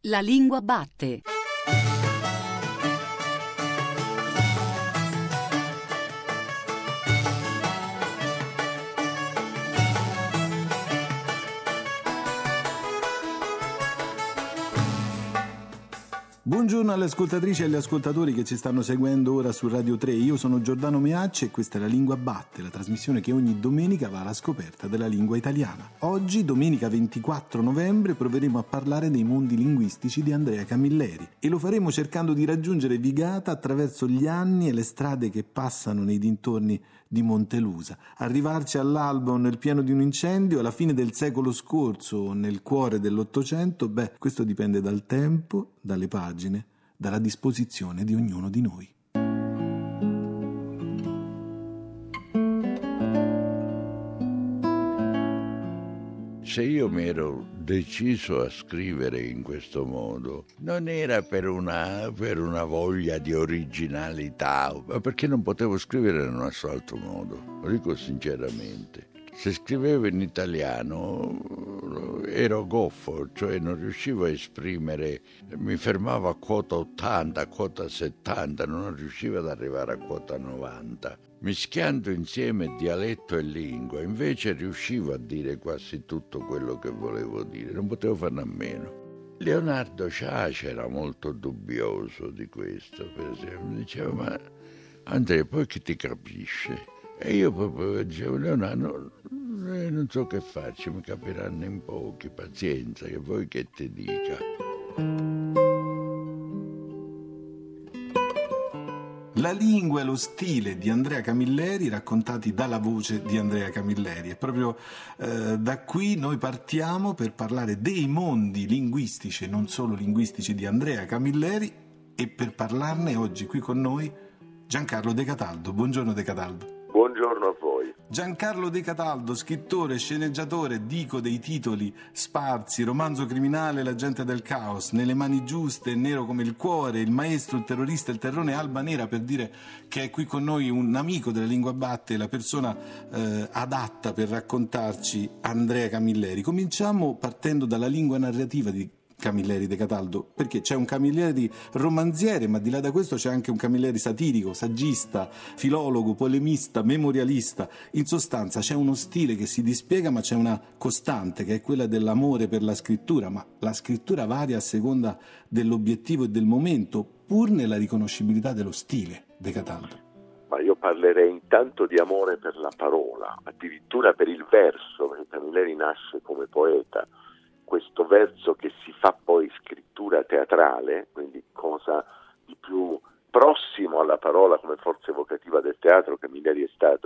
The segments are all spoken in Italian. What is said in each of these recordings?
La lingua batte. Buongiorno alle ascoltatrici e agli ascoltatori che ci stanno seguendo ora su Radio 3. Io sono Giordano Meacci e questa è La Lingua Batte, la trasmissione che ogni domenica va alla scoperta della lingua italiana. Oggi, domenica 24 novembre, proveremo a parlare dei mondi linguistici di Andrea Camilleri e lo faremo cercando di raggiungere Vigata attraverso gli anni e le strade che passano nei dintorni di Montelusa. Arrivarci all'alba nel pieno di un incendio, alla fine del secolo scorso o nel cuore dell'Ottocento, questo dipende dal tempo, dalle pagine, dalla disposizione di ognuno di noi. Se io mi ero deciso a scrivere in questo modo, non era per una voglia di originalità, ma perché non potevo scrivere in un altro modo, lo dico sinceramente. Se scrivevo in italiano ero goffo, cioè non riuscivo a esprimere, mi fermavo a quota 80, a quota 70, non riuscivo ad arrivare a quota 90. Mischiando insieme dialetto e lingua, invece riuscivo a dire quasi tutto quello che volevo dire, non potevo farne a meno. Leonardo Ciace era molto dubbioso di questo, per esempio, diceva: ma Andrea, poi chi ti capisce? E io proprio dicevo: Leonardo, non so che farci, mi capiranno in pochi, pazienza, che vuoi che ti dica. La lingua e lo stile di Andrea Camilleri raccontati dalla voce di Andrea Camilleri. E proprio da qui noi partiamo per parlare dei mondi linguistici e non solo linguistici di Andrea Camilleri, e per parlarne oggi qui con noi Giancarlo De Cataldo. Buongiorno De Cataldo. Buongiorno a voi. Giancarlo De Cataldo, scrittore, sceneggiatore, dico dei titoli sparsi: Romanzo criminale, La gente del caos, Nelle mani giuste, Nero come il cuore, Il maestro, Il terrorista, Il terrone, Alba nera, per dire che è qui con noi un amico della lingua batte, la persona adatta per raccontarci Andrea Camilleri. Cominciamo partendo dalla lingua narrativa di Camilleri, De Cataldo, perché c'è un Camilleri romanziere, ma di là da questo c'è anche un Camilleri satirico, saggista, filologo, polemista, memorialista. In sostanza c'è uno stile che si dispiega, ma c'è una costante che è quella dell'amore per la scrittura, ma la scrittura varia a seconda dell'obiettivo e del momento, pur nella riconoscibilità dello stile, De Cataldo. Ma io parlerei intanto di amore per la parola, addirittura per il verso, perché Camilleri nasce come poeta. Questo verso che si fa poi scrittura teatrale, quindi cosa di più prossimo alla parola come forza evocativa del teatro. Camilleri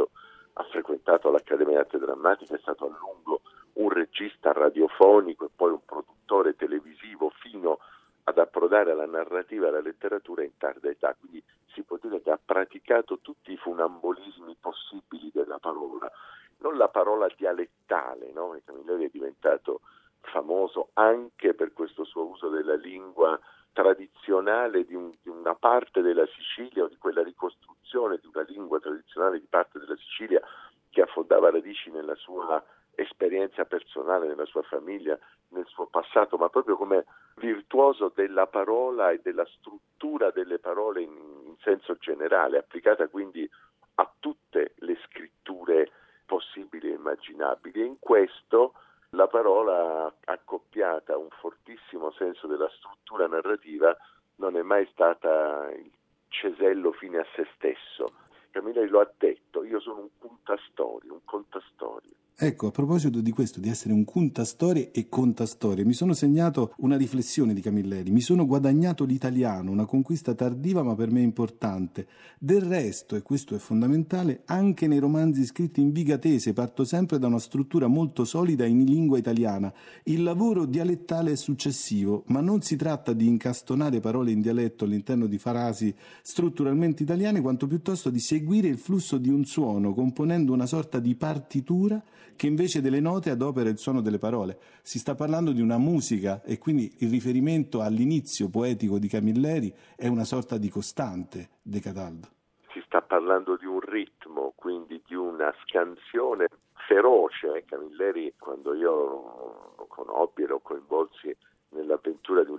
ha frequentato l'Accademia di Arte Drammatica, è stato a lungo un regista radiofonico e poi un produttore televisivo fino ad approdare alla narrativa e alla letteratura in tarda età, quindi si può dire che ha praticato tutti i funambolismi possibili della parola, non la parola dialettale, no? E Camilleri è diventato famoso anche per questo suo uso della lingua tradizionale di una parte della Sicilia, o di quella ricostruzione di una lingua tradizionale di parte della Sicilia che affondava radici nella sua esperienza personale, nella sua famiglia, nel suo passato, ma proprio come virtuoso della parola e della struttura delle parole in senso generale, applicata quindi a tutte le scritture possibili e immaginabili. E in questo la parola, accoppiata a un fortissimo senso della struttura narrativa, non è mai stata il cesello fine a se stesso. Camilleri lo ha detto: io sono un contastorie, un contastorie. Ecco, a proposito di questo, di essere un contastorie e contastorie, mi sono segnato una riflessione di Camilleri. Mi sono guadagnato l'italiano, una conquista tardiva ma per me importante. Del resto, e questo è fondamentale, anche nei romanzi scritti in vigatese parto sempre da una struttura molto solida in lingua italiana. Il lavoro dialettale è successivo, ma non si tratta di incastonare parole in dialetto all'interno di frasi strutturalmente italiane, quanto piuttosto di seguire il flusso di un suono, componendo una sorta di partitura che invece delle note adopera il suono delle parole. Si sta parlando di una musica e quindi il riferimento all'inizio poetico di Camilleri è una sorta di costante, De Cataldo. Si sta parlando di un ritmo, quindi di una scansione feroce. Camilleri, quando io lo conobbi e lo coinvolsi nell'avventura di un libro che si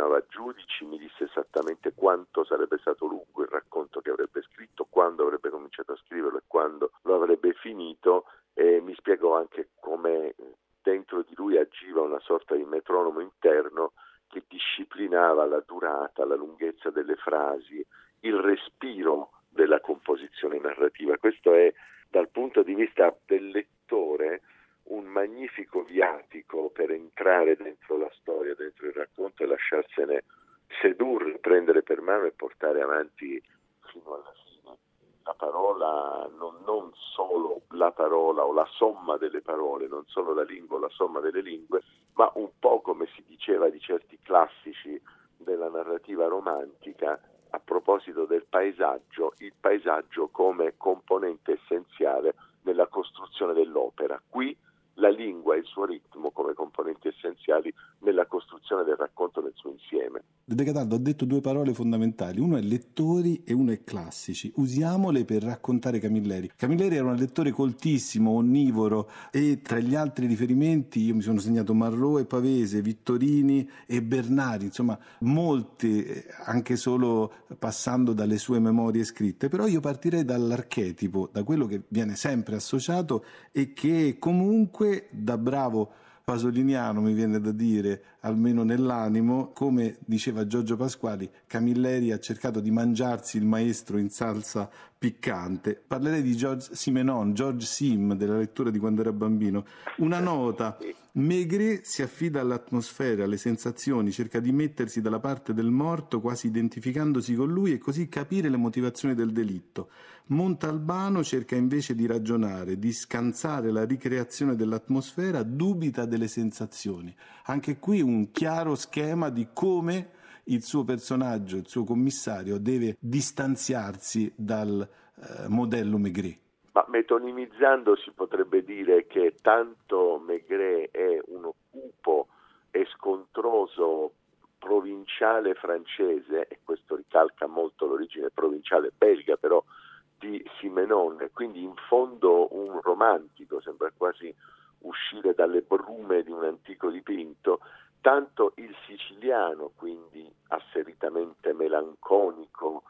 chiamava Giudici, mi disse esattamente quanto sarebbe stato lungo il racconto che avrebbe scritto, quando avrebbe cominciato a scriverlo e quando lo avrebbe finito, e mi spiegò anche come dentro di lui agiva una sorta di metronomo interno che disciplinava la durata, la lunghezza delle frasi, il respiro della composizione narrativa. Questo è, dal punto di vista del lettore, un magnifico viatico per entrare dentro la storia, dentro il racconto e lasciarsene sedurre, prendere per mano e portare avanti fino alla fine. La parola, non solo la parola o la somma delle parole, non solo la lingua o la somma delle lingue, ma un po' come si diceva di certi classici della narrativa romantica a proposito del paesaggio, il paesaggio come componente essenziale nella costruzione dell'opera. Qui la lingua e il suo ritmo come componenti essenziali nella costruzione del racconto nel suo insieme. De Cataldo ha detto due parole fondamentali, uno è lettori e uno è classici. Usiamole per raccontare Camilleri. Camilleri era un lettore coltissimo, onnivoro, e tra gli altri riferimenti io mi sono segnato Marrò e Pavese, Vittorini e Bernari, insomma molti, anche solo passando dalle sue memorie scritte. Però io partirei dall'archetipo, da quello che viene sempre associato e che comunque da bravo pasoliniano, mi viene da dire, almeno nell'animo, come diceva Giorgio Pasquali, Camilleri ha cercato di mangiarsi il maestro in salsa piccante. Parlerei di George Simenon, George Sim, della lettura di quando era bambino. Una nota: Maigret si affida all'atmosfera, alle sensazioni, cerca di mettersi dalla parte del morto, quasi identificandosi con lui, e così capire le motivazioni del delitto. Montalbano cerca invece di ragionare, di scansare la ricreazione dell'atmosfera, dubita delle sensazioni. Anche qui un chiaro schema di come il suo personaggio, il suo commissario, deve distanziarsi dal modello Maigret. Ma metonimizzando si potrebbe dire che tanto Maigret è uno cupo e scontroso provinciale francese, e questo ricalca molto l'origine provinciale belga però di Simenon, quindi in fondo un romantico, sembra quasi uscire dalle brume di un antico dipinto, tanto il siciliano, quindi asseritamente melanconico,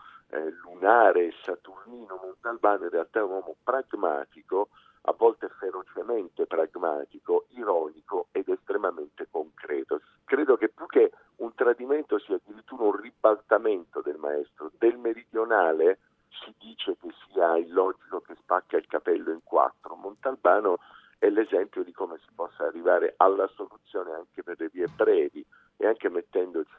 lunare e saturnino Montalbano, in realtà è un uomo pragmatico, a volte ferocemente pragmatico, ironico ed estremamente concreto. Credo che più che un tradimento sia addirittura un ribaltamento del maestro. Del meridionale si dice che sia il logico che spacca il capello in quattro. Montalbano è l'esempio di come si possa arrivare alla soluzione anche per le vie brevi e anche mettendoci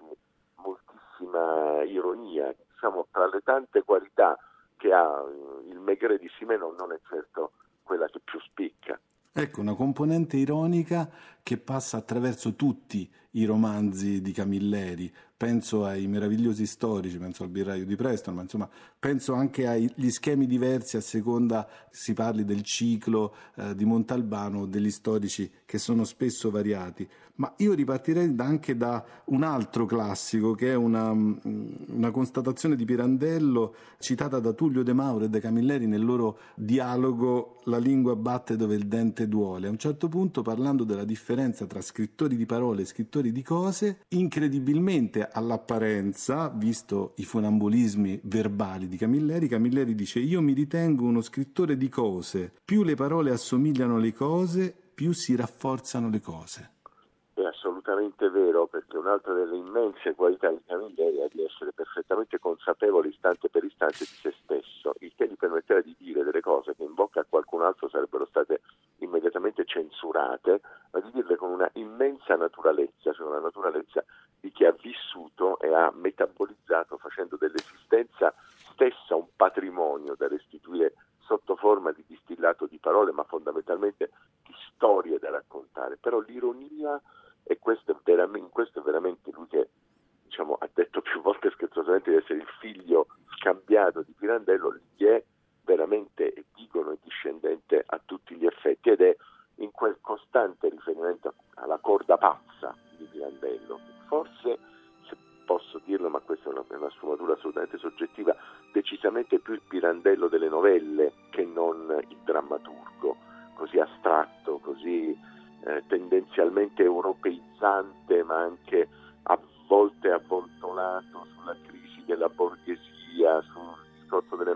moltissima ironia. Diciamo, tra le tante qualità che ha il Maigret di Simenon non è certo quella che più spicca. Ecco, una componente ironica che passa attraverso tutti i romanzi di Camilleri. Penso ai meravigliosi storici, penso al Birraio di Preston, ma insomma penso anche agli schemi diversi a seconda si parli del ciclo di Montalbano o degli storici che sono spesso variati. Ma io ripartirei anche da un altro classico che è una constatazione di Pirandello citata da Tullio De Mauro e da Camilleri nel loro dialogo La lingua batte dove il dente duole. A un certo punto, parlando della differenza tra scrittori di parole e scrittori di cose, incredibilmente all'apparenza, visto i funambulismi verbali di Camilleri, Camilleri dice: io mi ritengo uno scrittore di cose, più le parole assomigliano alle cose, più si rafforzano le cose. È assolutamente vero, perché un'altra delle immense qualità di Camilleri è di essere perfettamente consapevole istante per istante di se stesso, il che gli permetteva di dire delle cose che in bocca a qualcun altro sarebbero state immediatamente censurate, ma di dirle con una immensa naturalezza, cioè una naturalezza di chi ha vissuto e ha metabolizzato, facendo dell'esistenza stessa un patrimonio da restituire sotto forma di distillato di parole, ma fondamentalmente di storie da raccontare. Però l'ironia, e questo è veramente lui che, diciamo, ha detto più volte scherzosamente di essere il figlio scambiato di Pirandello, gli è veramente, dicono, è discendente a tutti gli effetti, ed è in quel costante riferimento alla corda pazza di Pirandello. Forse, se posso dirlo, ma questa è una sfumatura assolutamente soggettiva, decisamente più il Pirandello delle novelle che non il drammaturgo, così astratto, così tendenzialmente europeizzante, ma anche a volte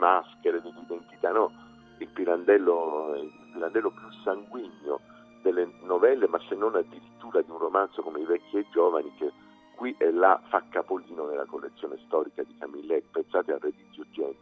maschere, dell'identità, no, il Pirandello più sanguigno delle novelle, ma se non addirittura di un romanzo come I vecchi e i giovani, che qui e là fa capolino nella collezione storica di Camilleri. Pensate a Re di Giugenti.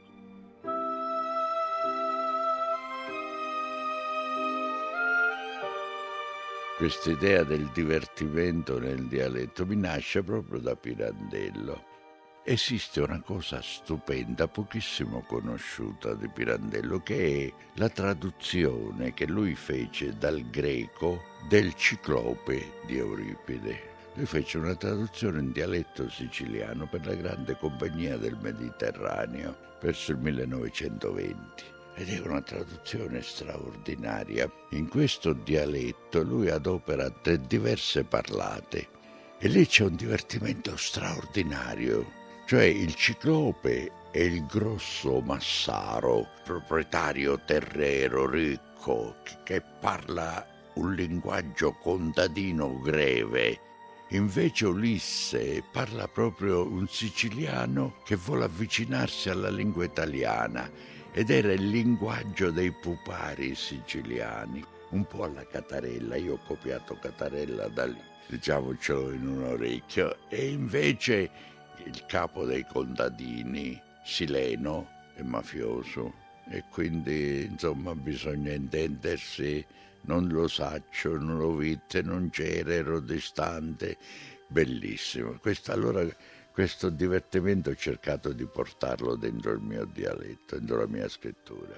Questa idea del divertimento nel dialetto mi nasce proprio da Pirandello. Esiste una cosa stupenda, pochissimo conosciuta di Pirandello, che è la traduzione che lui fece dal greco del Ciclope di Euripide. Lui fece una traduzione in dialetto siciliano per la grande compagnia del Mediterraneo verso il 1920. Ed è una traduzione straordinaria. In questo dialetto lui adopera diverse parlate e lì c'è un divertimento straordinario. Cioè il Ciclope è il grosso massaro, proprietario terriero ricco, che parla un linguaggio contadino greve. Invece Ulisse parla proprio un siciliano che vuole avvicinarsi alla lingua italiana, ed era il linguaggio dei pupari siciliani, un po' alla Catarella. Io ho copiato Catarella da lì, diciamocelo in un orecchio. E invece il capo dei contadini, Sileno, è mafioso, e quindi insomma bisogna intendersi. Non lo saccio, non lo vitte, non c'era, ero distante. Bellissimo. Questo divertimento ho cercato di portarlo dentro il mio dialetto, dentro la mia scrittura.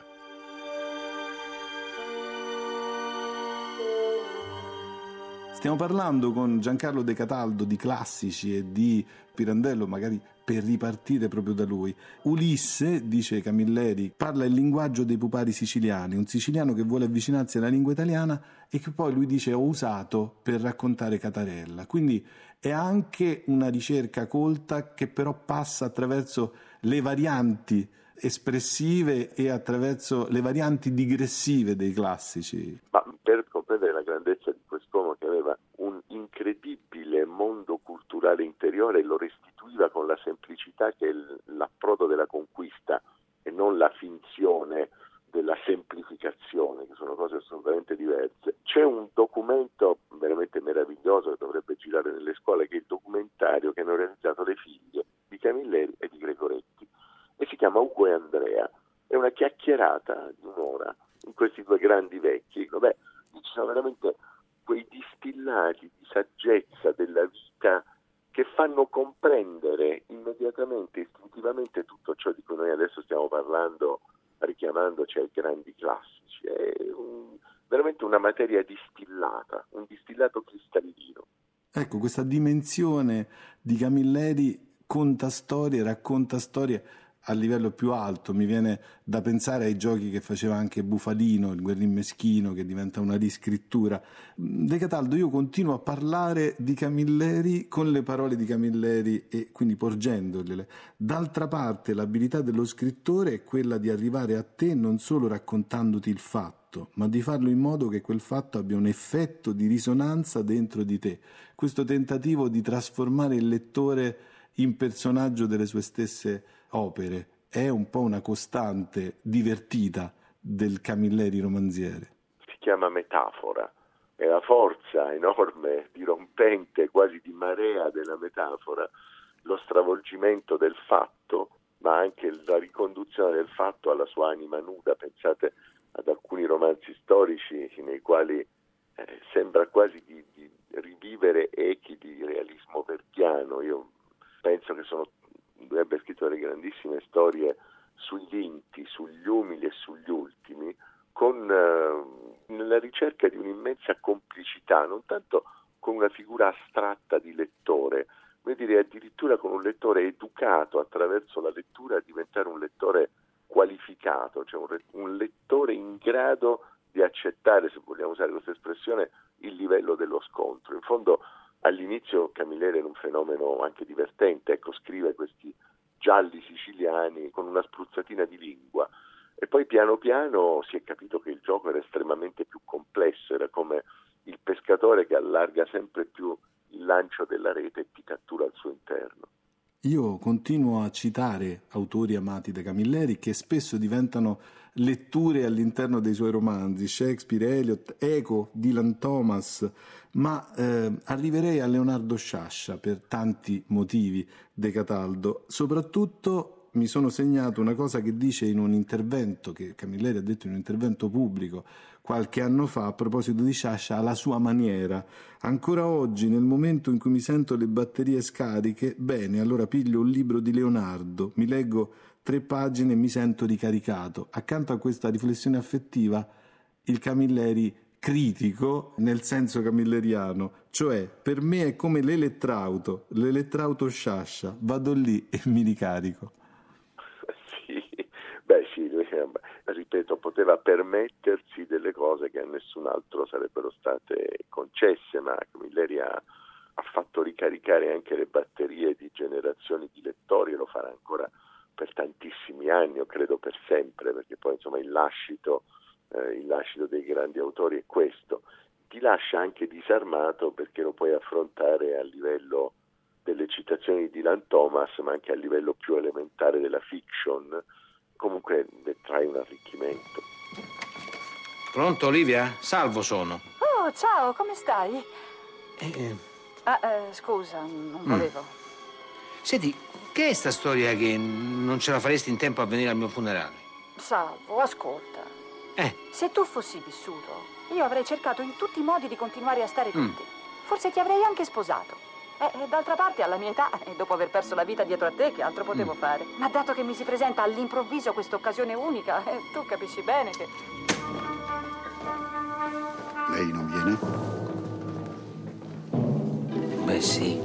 Stiamo parlando con Giancarlo De Cataldo di classici e di Pirandello, magari per ripartire proprio da lui. Ulisse, dice Camilleri, parla il linguaggio dei pupari siciliani, un siciliano che vuole avvicinarsi alla lingua italiana e che poi lui dice ho usato per raccontare Catarella. Quindi è anche una ricerca colta che però passa attraverso le varianti espressive e attraverso le varianti digressive dei classici. Ma per comprendere la grandezza di quest'uomo, che aveva un incredibile mondo culturale interiore e lo restituiva con la semplicità che è l'approdo della conquista e non la finzione della semplificazione, che sono cose assolutamente diverse. C'è un documento veramente meraviglioso che dovrebbe girare nelle scuole, che è il documentario che hanno realizzato le figlie di Camilleri e di Gregoretti, e si chiama Ugo e Andrea. È una chiacchierata di un'ora in questi due grandi vecchi. Beh, ci sono veramente quei distillati di saggezza della vita che fanno comprendere immediatamente, istintivamente tutto ciò di cui noi adesso stiamo parlando, richiamandoci ai grandi classici. È veramente una materia distillata, un distillato cristallino. Ecco, questa dimensione di Camilleri conta storie, racconta storie a livello più alto. Mi viene da pensare ai giochi che faceva anche Bufalino, il Guerrin Meschino, che diventa una riscrittura. De Cataldo, io continuo a parlare di Camilleri con le parole di Camilleri e quindi porgendole. D'altra parte, l'abilità dello scrittore è quella di arrivare a te non solo raccontandoti il fatto, ma di farlo in modo che quel fatto abbia un effetto di risonanza dentro di te. Questo tentativo di trasformare il lettore in personaggio delle sue stesse opere è un po' una costante divertita del Camilleri romanziere. Si chiama metafora, è la forza enorme, dirompente, quasi di marea della metafora, lo stravolgimento del fatto, ma anche la riconduzione del fatto alla sua anima nuda. Pensate ad alcuni romanzi storici nei quali sembra quasi di rivivere echi di realismo verdiano. Io penso che lui abbia scritto delle grandissime storie sugli inti, sugli umili e sugli ultimi, nella ricerca di un'immensa complicità, non tanto con una figura astratta di lettore, ma direi addirittura con un lettore educato attraverso la lettura a diventare un lettore qualificato, cioè un lettore in grado di accettare, se vogliamo usare questa espressione, il livello dello scontro. In fondo, all'inizio Camilleri era un fenomeno anche divertente, scrive questi gialli siciliani con una spruzzatina di lingua, e poi piano piano si è capito che il gioco era estremamente più complesso, era come il pescatore che allarga sempre più il lancio della rete e ti cattura al suo interno. Io continuo a citare autori amati da Camilleri che spesso diventano letture all'interno dei suoi romanzi, Shakespeare, Eliot, Eco, Dylan Thomas, ma arriverei a Leonardo Sciascia per tanti motivi, De Cataldo. Soprattutto mi sono segnato una cosa che dice in un intervento, che Camilleri ha detto in un intervento pubblico qualche anno fa a proposito di Sciascia, alla sua maniera. Ancora oggi, nel momento in cui mi sento le batterie scariche, bene, allora piglio un libro di Leonardo, mi leggo 3 pagine e mi sento ricaricato. Accanto a questa riflessione affettiva, il Camilleri critico nel senso camilleriano, cioè per me è come l'elettrauto Sciascia, vado lì e mi ricarico. Sì, lui, ripeto, poteva permettersi delle cose che a nessun altro sarebbero state concesse, ma Camilleri ha fatto ricaricare anche le batterie di generazioni di lettori e lo farà ancora per tantissimi anni, io credo per sempre, perché poi insomma il lascito dei grandi autori è questo. Ti lascia anche disarmato perché lo puoi affrontare a livello delle citazioni di Dylan Thomas, ma anche a livello più elementare della fiction. Comunque ne trae un arricchimento. Pronto, Olivia? Salvo sono. Oh, ciao, come stai? Scusa, non volevo. Senti, che è sta storia che non ce la faresti in tempo a venire al mio funerale? Salvo, ascolta. Se tu fossi vissuto, io avrei cercato in tutti i modi di continuare a stare con te. Forse ti avrei anche sposato. D'altra parte, alla mia età, e dopo aver perso la vita dietro a te, che altro potevo fare? Ma dato che mi si presenta all'improvviso questa occasione unica, tu capisci bene che... Lei non viene? Beh, sì.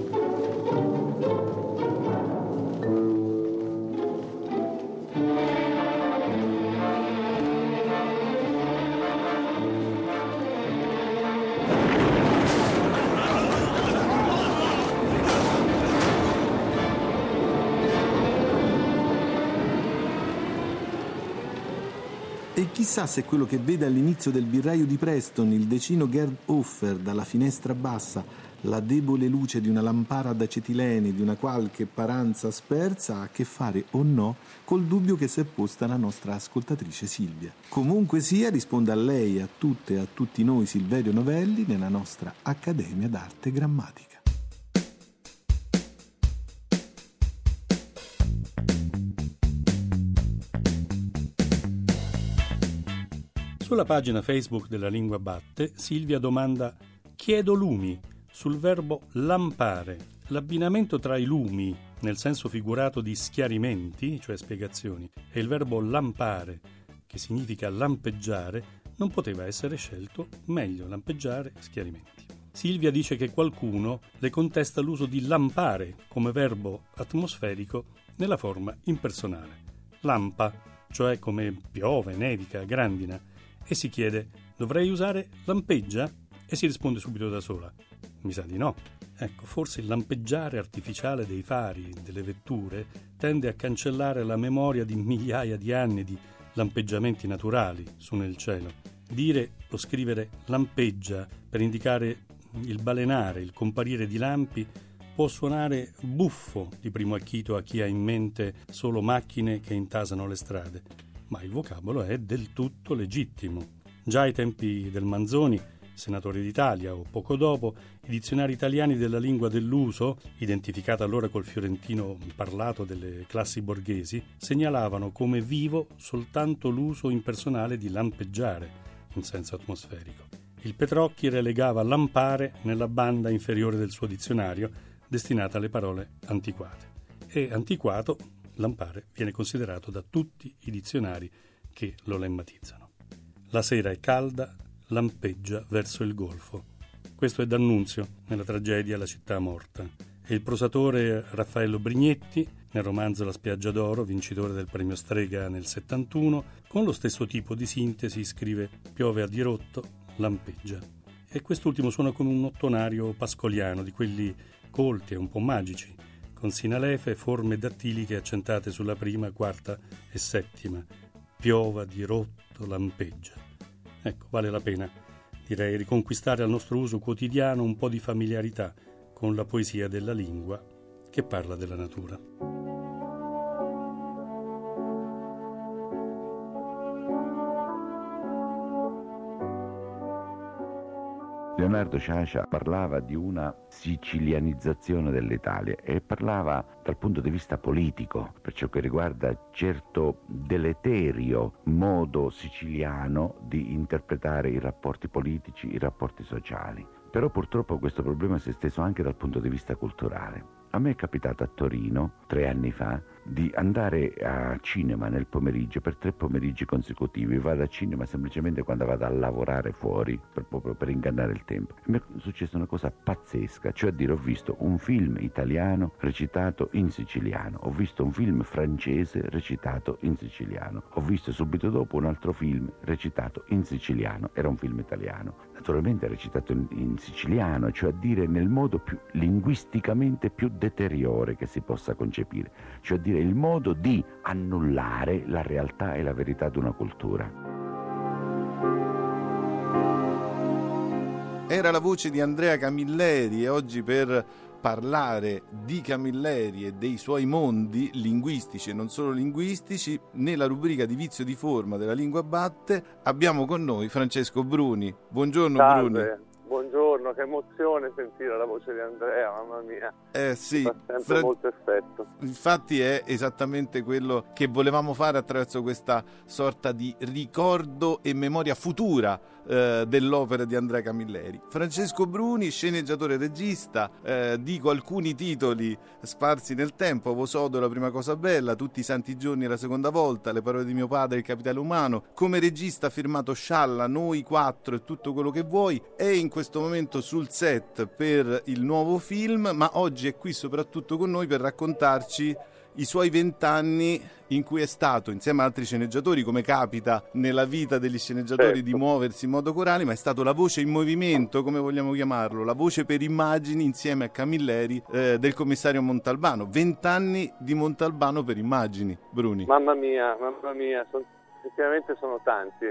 E chissà se quello che vede all'inizio del birraio di Preston il decino Gerd Hoffer dalla finestra bassa, la debole luce di una lampara ad acetilene di una qualche paranza spersa, ha a che fare o no col dubbio che si è posta la nostra ascoltatrice Silvia. Comunque sia, risponde a lei, a tutte e a tutti noi Silverio Novelli nella nostra Accademia d'Arte Grammatica. Sulla pagina Facebook della Lingua Batte, Silvia domanda «Chiedo lumi» sul verbo lampare. L'abbinamento tra i lumi, nel senso figurato di schiarimenti, cioè spiegazioni, e il verbo lampare, che significa lampeggiare, non poteva essere scelto meglio, lampeggiare, schiarimenti. Silvia dice che qualcuno le contesta l'uso di lampare come verbo atmosferico nella forma impersonale. Lampa, cioè come piove, nevica, grandina, e si chiede, dovrei usare lampeggia? E si risponde subito da sola, mi sa di no. Ecco, forse il lampeggiare artificiale dei fari, delle vetture, tende a cancellare la memoria di migliaia di anni di lampeggiamenti naturali su nel cielo. Dire o scrivere lampeggia per indicare il balenare, il comparire di lampi, può suonare buffo di primo acchito a chi ha in mente solo macchine che intasano le strade, ma il vocabolo è del tutto legittimo. Già ai tempi del Manzoni, senatore d'Italia, o poco dopo, i dizionari italiani della lingua dell'uso, identificata allora col fiorentino parlato delle classi borghesi, segnalavano come vivo soltanto l'uso impersonale di lampeggiare, in senso atmosferico. Il Petrocchi relegava lampare nella banda inferiore del suo dizionario, destinata alle parole antiquate. E antiquato, lampare, viene considerato da tutti i dizionari che lo lemmatizzano. La sera è calda, lampeggia verso il golfo. Questo è D'Annunzio nella tragedia La città morta. E il prosatore Raffaello Brignetti, nel romanzo La spiaggia d'oro, vincitore del premio Strega nel 71, con lo stesso tipo di sintesi scrive piove a dirotto, lampeggia. E quest'ultimo suona come un ottonario pascoliano, di quelli colti e un po' magici, con sinalefe, forme dattiliche accentate sulla prima, quarta e settima. Piova, dirotto, lampeggia. Ecco, vale la pena, direi, riconquistare al nostro uso quotidiano un po' di familiarità con la poesia della lingua che parla della natura. Leonardo Sciascia parlava di una sicilianizzazione dell'Italia e parlava dal punto di vista politico, per ciò che riguarda certo deleterio modo siciliano di interpretare i rapporti politici, i rapporti sociali. Però purtroppo questo problema si è esteso anche dal punto di vista culturale. A me è capitato a Torino, 3 anni fa, di andare a cinema nel pomeriggio per 3 pomeriggi consecutivi. Vado a cinema semplicemente quando vado a lavorare fuori, proprio per ingannare il tempo. Mi è successa una cosa pazzesca, cioè a dire, ho visto un film italiano recitato in siciliano, ho visto un film francese recitato in siciliano, ho visto subito dopo un altro film recitato in siciliano, era un film italiano, naturalmente recitato in siciliano, cioè a dire nel modo più linguisticamente più deteriore che si possa concepire, cioè a dire il modo di annullare la realtà e la verità di una cultura. Era la voce di Andrea Camilleri e oggi per parlare di Camilleri e dei suoi mondi linguistici e non solo linguistici, nella rubrica di Vizio di Forma della Lingua Batte abbiamo con noi Francesco Bruni. Buongiorno. Salve. Bruni. Buongiorno, che emozione sentire la voce di Andrea, mamma mia. Sì, fa sempre molto effetto. Infatti è esattamente quello che volevamo fare attraverso questa sorta di ricordo e memoria futura dell'opera di Andrea Camilleri. Francesco Bruni, sceneggiatore e regista, dico alcuni titoli sparsi nel tempo: Avosodo, La prima cosa bella, Tutti i santi giorni, La seconda volta, Le parole di mio padre, Il capitale umano. Come regista ha firmato Scialla, Noi 4 e Tutto quello che vuoi. È in questo momento sul set per il nuovo film, ma oggi è qui soprattutto con noi per raccontarci i suoi 20 anni in cui è stato, insieme ad altri sceneggiatori, come capita nella vita degli sceneggiatori, certo, di muoversi in modo corale, ma è stato la voce in movimento, come vogliamo chiamarlo, la voce per immagini insieme a Camilleri del commissario Montalbano. 20 anni di Montalbano per immagini, Bruni. Mamma mia, effettivamente sono tanti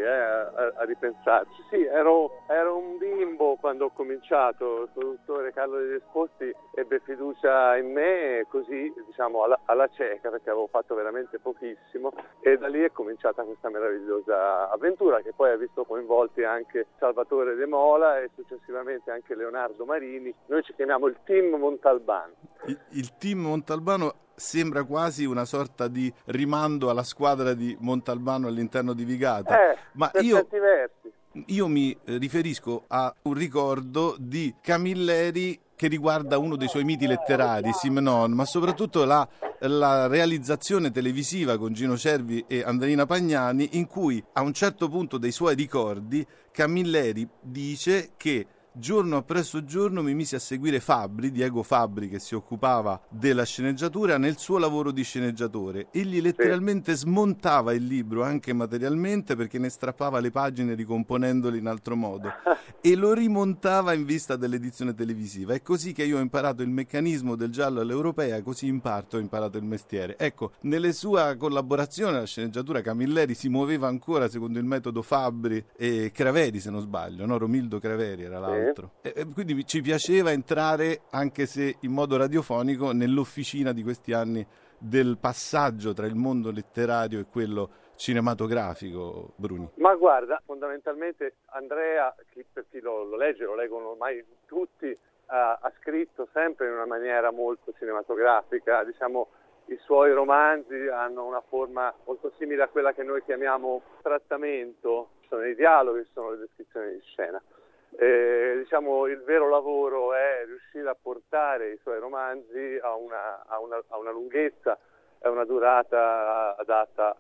a ripensarci. Sì, ero un bimbo quando ho cominciato. Il produttore Carlo degli Esposti ebbe fiducia in me, così diciamo alla cieca, perché avevo fatto veramente pochissimo, e da lì è cominciata questa meravigliosa avventura che poi ha visto coinvolti anche Salvatore De Mola e successivamente anche Leonardo Marini. Noi ci chiamiamo il Team Montalbano. Il Team Montalbano sembra quasi una sorta di rimando alla squadra di Montalbano all'interno di Vigata, ma per certi versi. Io mi riferisco a un ricordo di Camilleri che riguarda uno dei suoi miti letterari, Simnon, ma soprattutto la realizzazione televisiva con Gino Cervi e Andrina Pagnani, in cui a un certo punto dei suoi ricordi Camilleri dice che giorno appresso giorno mi misi a seguire Fabbri, Diego Fabbri, che si occupava della sceneggiatura, nel suo lavoro di sceneggiatore. Egli letteralmente smontava il libro anche materialmente, perché ne strappava le pagine ricomponendoli in altro modo e lo rimontava in vista dell'edizione televisiva. È così che io ho imparato il meccanismo del giallo all'europea, così in parte ho imparato il mestiere. Ecco, nelle sue collaborazioni alla sceneggiatura Camilleri si muoveva ancora secondo il metodo Fabbri e Craveri, se non sbaglio, no? Romildo Craveri era l'altro. Quindi ci piaceva entrare, anche se in modo radiofonico, nell'officina di questi anni del passaggio tra il mondo letterario e quello cinematografico, Bruni. Ma guarda, fondamentalmente Andrea, per chi lo legge, lo leggono ormai tutti, ha scritto sempre in una maniera molto cinematografica. Diciamo, i suoi romanzi hanno una forma molto simile a quella che noi chiamiamo trattamento. Sono i dialoghi, sono le descrizioni di scena. Diciamo, il vero lavoro è riuscire a portare i suoi romanzi a una lunghezza e una durata adatta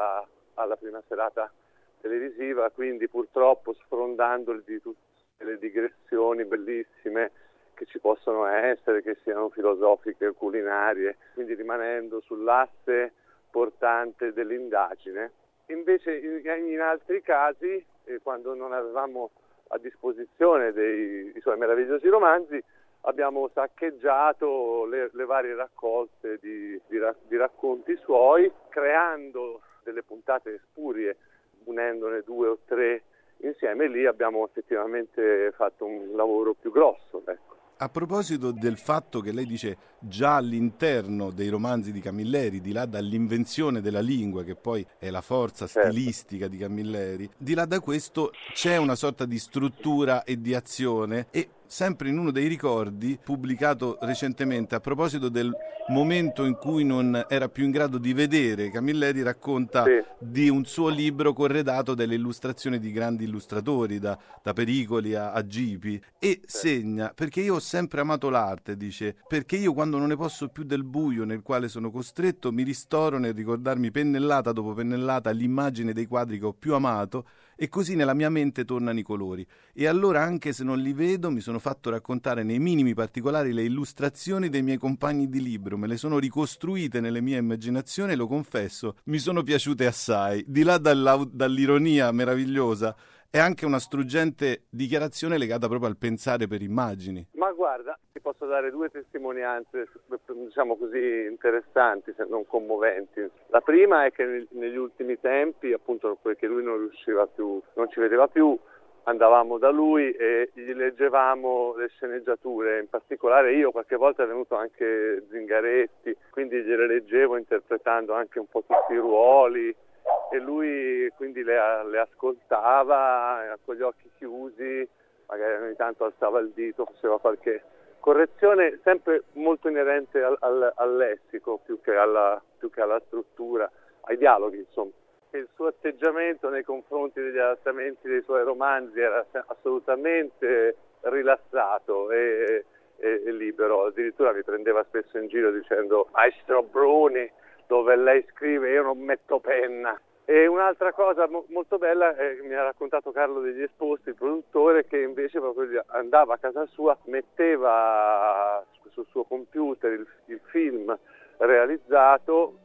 alla prima serata televisiva, quindi purtroppo sfrondandoli di tutte le digressioni bellissime che ci possono essere, che siano filosofiche o culinarie, quindi rimanendo sull'asse portante dell'indagine. Invece in altri casi, quando non avevamo a disposizione dei suoi meravigliosi romanzi, abbiamo saccheggiato le varie raccolte di racconti suoi, creando delle puntate spurie, unendone 2 o 3 insieme. Lì abbiamo effettivamente fatto un lavoro più grosso, ecco. A proposito del fatto che lei dice già all'interno dei romanzi di Camilleri, di là dall'invenzione della lingua, che poi è la forza stilistica di Camilleri, di là da questo c'è una sorta di struttura e di azione, e sempre in uno dei ricordi pubblicato recentemente a proposito del momento in cui non era più in grado di vedere, Camilleri racconta di un suo libro corredato delle illustrazioni di grandi illustratori, da Pericoli a Gipi, e segna, perché io ho sempre amato l'arte, dice, perché io quando non ne posso più del buio nel quale sono costretto mi ristoro nel ricordarmi pennellata dopo pennellata l'immagine dei quadri che ho più amato, e così nella mia mente tornano i colori. E allora, anche se non li vedo, mi sono fatto raccontare nei minimi particolari le illustrazioni dei miei compagni di libro, me le sono ricostruite nelle mie immaginazioni e lo confesso, mi sono piaciute assai. Di là dall'ironia meravigliosa, è anche una struggente dichiarazione legata proprio al pensare per immagini. Ma guarda, ti posso dare 2 testimonianze, diciamo così, interessanti, se non commoventi. La prima è che negli ultimi tempi, appunto perché lui non ci vedeva più, andavamo da lui e gli leggevamo le sceneggiature, in particolare io, qualche volta è venuto anche Zingaretti, quindi gliele leggevo interpretando anche un po' tutti i ruoli, e lui quindi le ascoltava con gli occhi chiusi, magari ogni tanto alzava il dito, faceva qualche correzione, sempre molto inerente al lessico più che alla struttura, ai dialoghi, insomma. Il suo atteggiamento nei confronti degli adattamenti dei suoi romanzi era assolutamente rilassato e libero, addirittura mi prendeva spesso in giro dicendo: "Maestro Bruni, dove lei scrive io non metto penna". E un'altra cosa molto bella mi ha raccontato Carlo degli Esposti, il produttore, che invece proprio andava a casa sua, metteva sul suo computer il film realizzato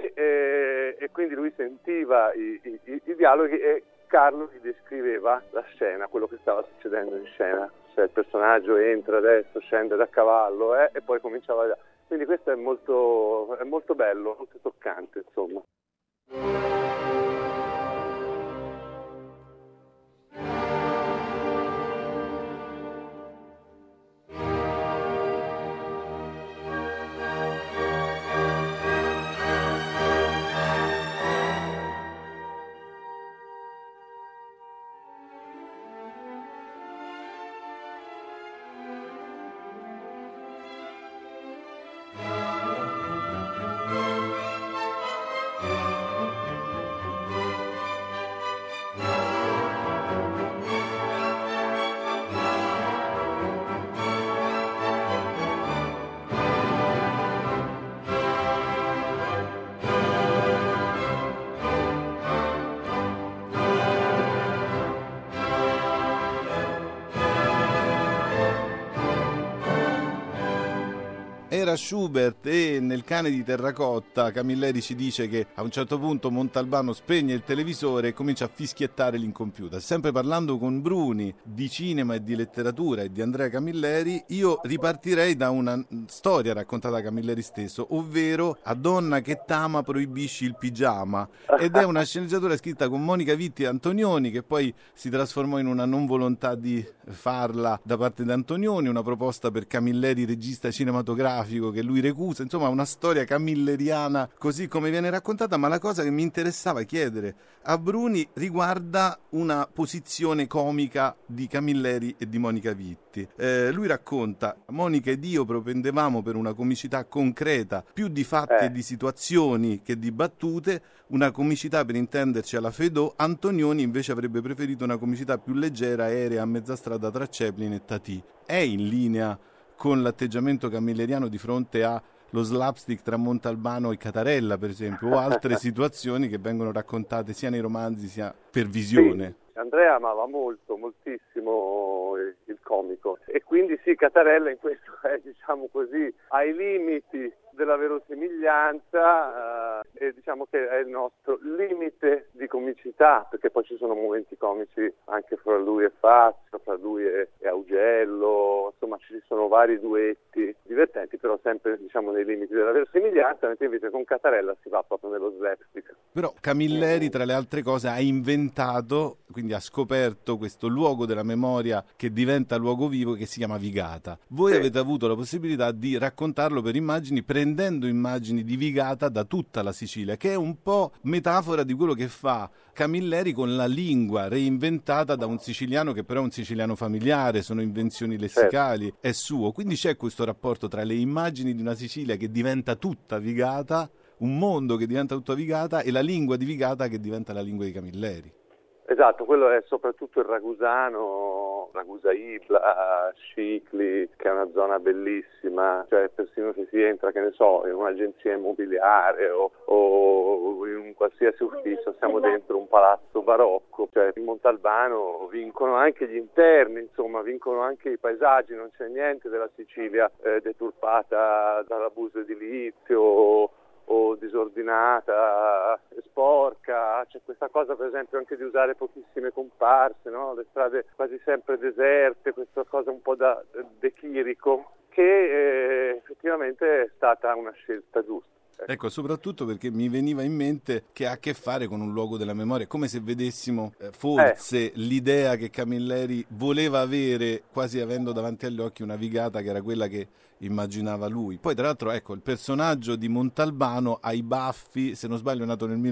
e quindi lui sentiva i dialoghi e Carlo gli descriveva la scena, quello che stava succedendo in scena, cioè il personaggio entra adesso, scende da cavallo e poi cominciava. Quindi questo è molto bello, molto toccante, insomma. Era Schubert, e nel Cane di terracotta Camilleri ci dice che a un certo punto Montalbano spegne il televisore e comincia a fischiettare l'incompiuta. Sempre parlando con Bruni di cinema e di letteratura e di Andrea Camilleri, io ripartirei da una storia raccontata da Camilleri stesso, ovvero "A donna che t'ama proibisci il pigiama", ed è una sceneggiatura scritta con Monica Vitti e Antonioni, che poi si trasformò in una non volontà di farla da parte di Antonioni, una proposta per Camilleri regista cinematografico che lui recusa, insomma una storia camilleriana così come viene raccontata. Ma la cosa che mi interessava chiedere a Bruni riguarda una posizione comica di Camilleri e di Monica Vitti. Lui racconta: "Monica ed io propendevamo per una comicità concreta, più di fatti e di situazioni che di battute, una comicità per intenderci alla Feydeau. Antonioni invece avrebbe preferito una comicità più leggera, aerea, a mezza strada tra Chaplin e Tati". È in linea con l'atteggiamento camilleriano di fronte allo slapstick tra Montalbano e Catarella, per esempio, o altre situazioni che vengono raccontate sia nei romanzi sia per visione? Sì, Andrea amava moltissimo il comico, e quindi sì, Catarella in questo è, diciamo così, ai limiti della verosimiglianza, e diciamo che è il nostro limite di comicità, perché poi ci sono momenti comici anche fra lui e Fazio, fra lui e Augello, insomma insomma ci sono vari duetti divertenti, però sempre diciamo nei limiti della verosimiglianza, mentre invece con Catarella si va proprio nello slapstick. Però Camilleri, tra le altre cose, ha inventato, quindi ha scoperto questo luogo della memoria che diventa luogo vivo, che si chiama Vigata. Voi avete avuto la possibilità di raccontarlo per immagini, prendendo immagini di Vigata da tutta la Sicilia, che è un po' metafora di quello che fa Camilleri con la lingua reinventata da un siciliano che però è un siciliano familiare, sono invenzioni lessicali, è suo. Quindi c'è questo rapporto tra le immagini di una Sicilia che diventa tutta Vigata, un mondo che diventa tutta Vigata, e la lingua di Vigata che diventa la lingua di Camilleri. Esatto, quello è soprattutto il ragusano, Ragusa Ibla, Scicli, che è una zona bellissima, cioè persino se si entra, che ne so, in un'agenzia immobiliare o in un qualsiasi ufficio, siamo dentro un palazzo barocco, cioè in Montalbano vincono anche gli interni, insomma, vincono anche i paesaggi, non c'è niente della Sicilia deturpata dall'abuso edilizio o disordinata, sporca. C'è questa cosa per esempio anche di usare pochissime comparse, no? Le strade quasi sempre deserte, questa cosa un po' da De Chirico, che effettivamente è stata una scelta giusta. Ecco, soprattutto perché mi veniva in mente che ha a che fare con un luogo della memoria, come se vedessimo forse l'idea che Camilleri voleva avere, quasi avendo davanti agli occhi una Vigata che era quella che immaginava lui. Poi tra l'altro, ecco, il personaggio di Montalbano ha i baffi, se non sbaglio è nato nel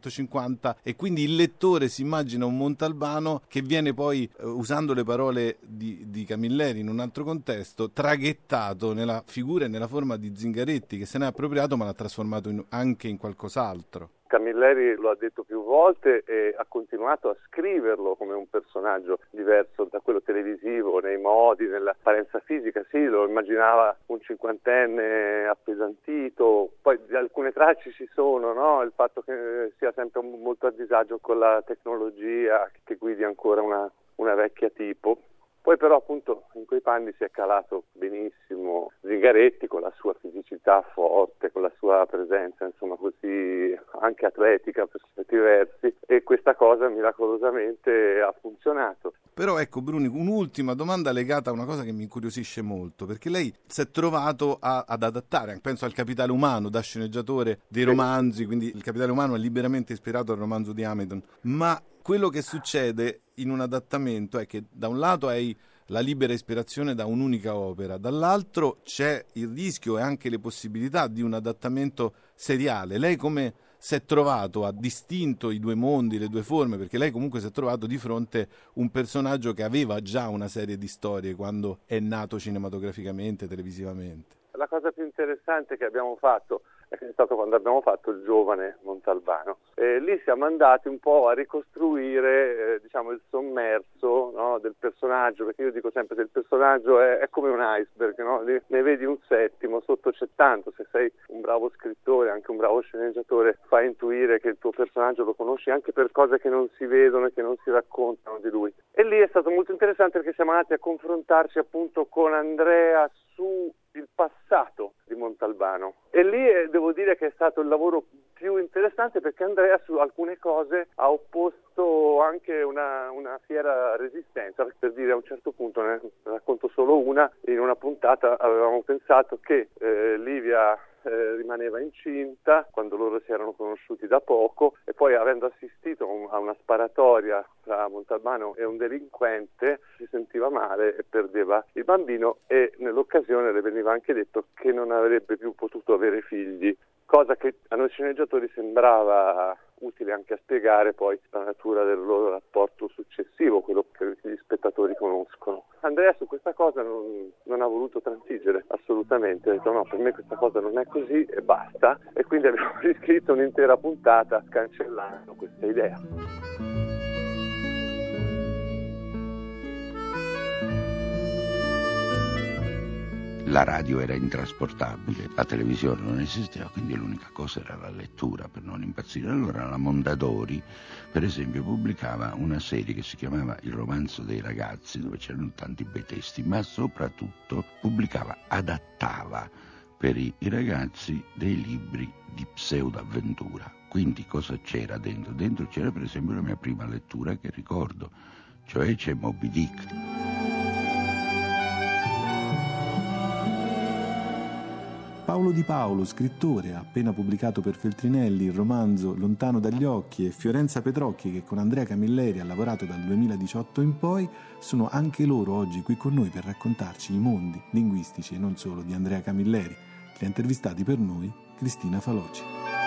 1950, e quindi il lettore si immagina un Montalbano che viene poi, usando le parole di Camilleri in un altro contesto, traghettato nella figura e nella forma di Zingaretti, che se ne è appropriato ma l'ha trasformato anche in qualcos'altro. Camilleri lo ha detto più volte e ha continuato a scriverlo come un personaggio diverso da quello televisivo, nei modi, nell'apparenza fisica. Sì, lo immaginava un cinquantenne appesantito, poi alcune tracce ci sono, no? Il fatto che sia sempre molto a disagio con la tecnologia, che guidi ancora una vecchia tipo. Poi però appunto in quei panni si è calato benissimo Zingaretti, con la sua fisicità forte, con la sua presenza insomma così anche atletica per certi versi, e questa cosa miracolosamente ha funzionato. Però ecco Bruni, un'ultima domanda legata a una cosa che mi incuriosisce molto, perché lei si è trovato ad adattare, penso al Capitale Umano, da sceneggiatore dei romanzi, quindi il Capitale Umano è liberamente ispirato al romanzo di Hamilton, ma quello che succede in un adattamento è che da un lato hai la libera ispirazione da un'unica opera, dall'altro c'è il rischio e anche le possibilità di un adattamento seriale. Lei come si è trovato, ha distinto i due mondi, le due forme, perché lei comunque si è trovato di fronte un personaggio che aveva già una serie di storie quando è nato cinematograficamente, televisivamente. La cosa più interessante che abbiamo fatto è stato quando abbiamo fatto Il giovane Montalbano. Lì siamo andati un po' a ricostruire diciamo il sommerso, no, del personaggio, perché io dico sempre che il personaggio è come un iceberg, no? Ne vedi un settimo, sotto c'è tanto. Se sei un bravo scrittore, anche un bravo sceneggiatore, fai intuire che il tuo personaggio lo conosci anche per cose che non si vedono e che non si raccontano di lui. E lì è stato molto interessante perché siamo andati a confrontarci appunto con Andrea su il passato di Montalbano, e lì devo dire che è stato il lavoro più interessante, perché Andrea su alcune cose ha opposto anche una fiera resistenza. Per dire, a un certo punto, ne racconto solo una, in una puntata avevamo pensato che Livia rimaneva incinta quando loro si erano conosciuti da poco, e poi avendo assistito a una sparatoria tra Montalbano e un delinquente si sentiva male e perdeva il bambino, e nell'occasione le veniva anche detto che non avrebbe più potuto avere figli, cosa che a noi sceneggiatori sembrava utile anche a spiegare poi la natura del loro rapporto successivo, quello che gli spettatori conoscono. Andrea su questa cosa non ha voluto transigere assolutamente, ha detto no, per me questa cosa non è così e basta, e quindi abbiamo riscritto un'intera puntata cancellando questa idea. La radio era intrasportabile, la televisione non esisteva, quindi l'unica cosa era la lettura per non impazzire. Allora la Mondadori, per esempio, pubblicava una serie che si chiamava Il romanzo dei ragazzi, dove c'erano tanti bei testi, ma soprattutto adattava per i ragazzi dei libri di pseudo-avventura. Quindi cosa c'era dentro? Dentro c'era per esempio la mia prima lettura che ricordo, cioè c'è Moby Dick. Paolo Di Paolo, scrittore, ha appena pubblicato per Feltrinelli il romanzo Lontano dagli occhi, e Fiorenza Petrocchi, che con Andrea Camilleri ha lavorato dal 2018 in poi, sono anche loro oggi qui con noi per raccontarci i mondi linguistici e non solo di Andrea Camilleri. Li ha intervistati per noi Cristina Faloci.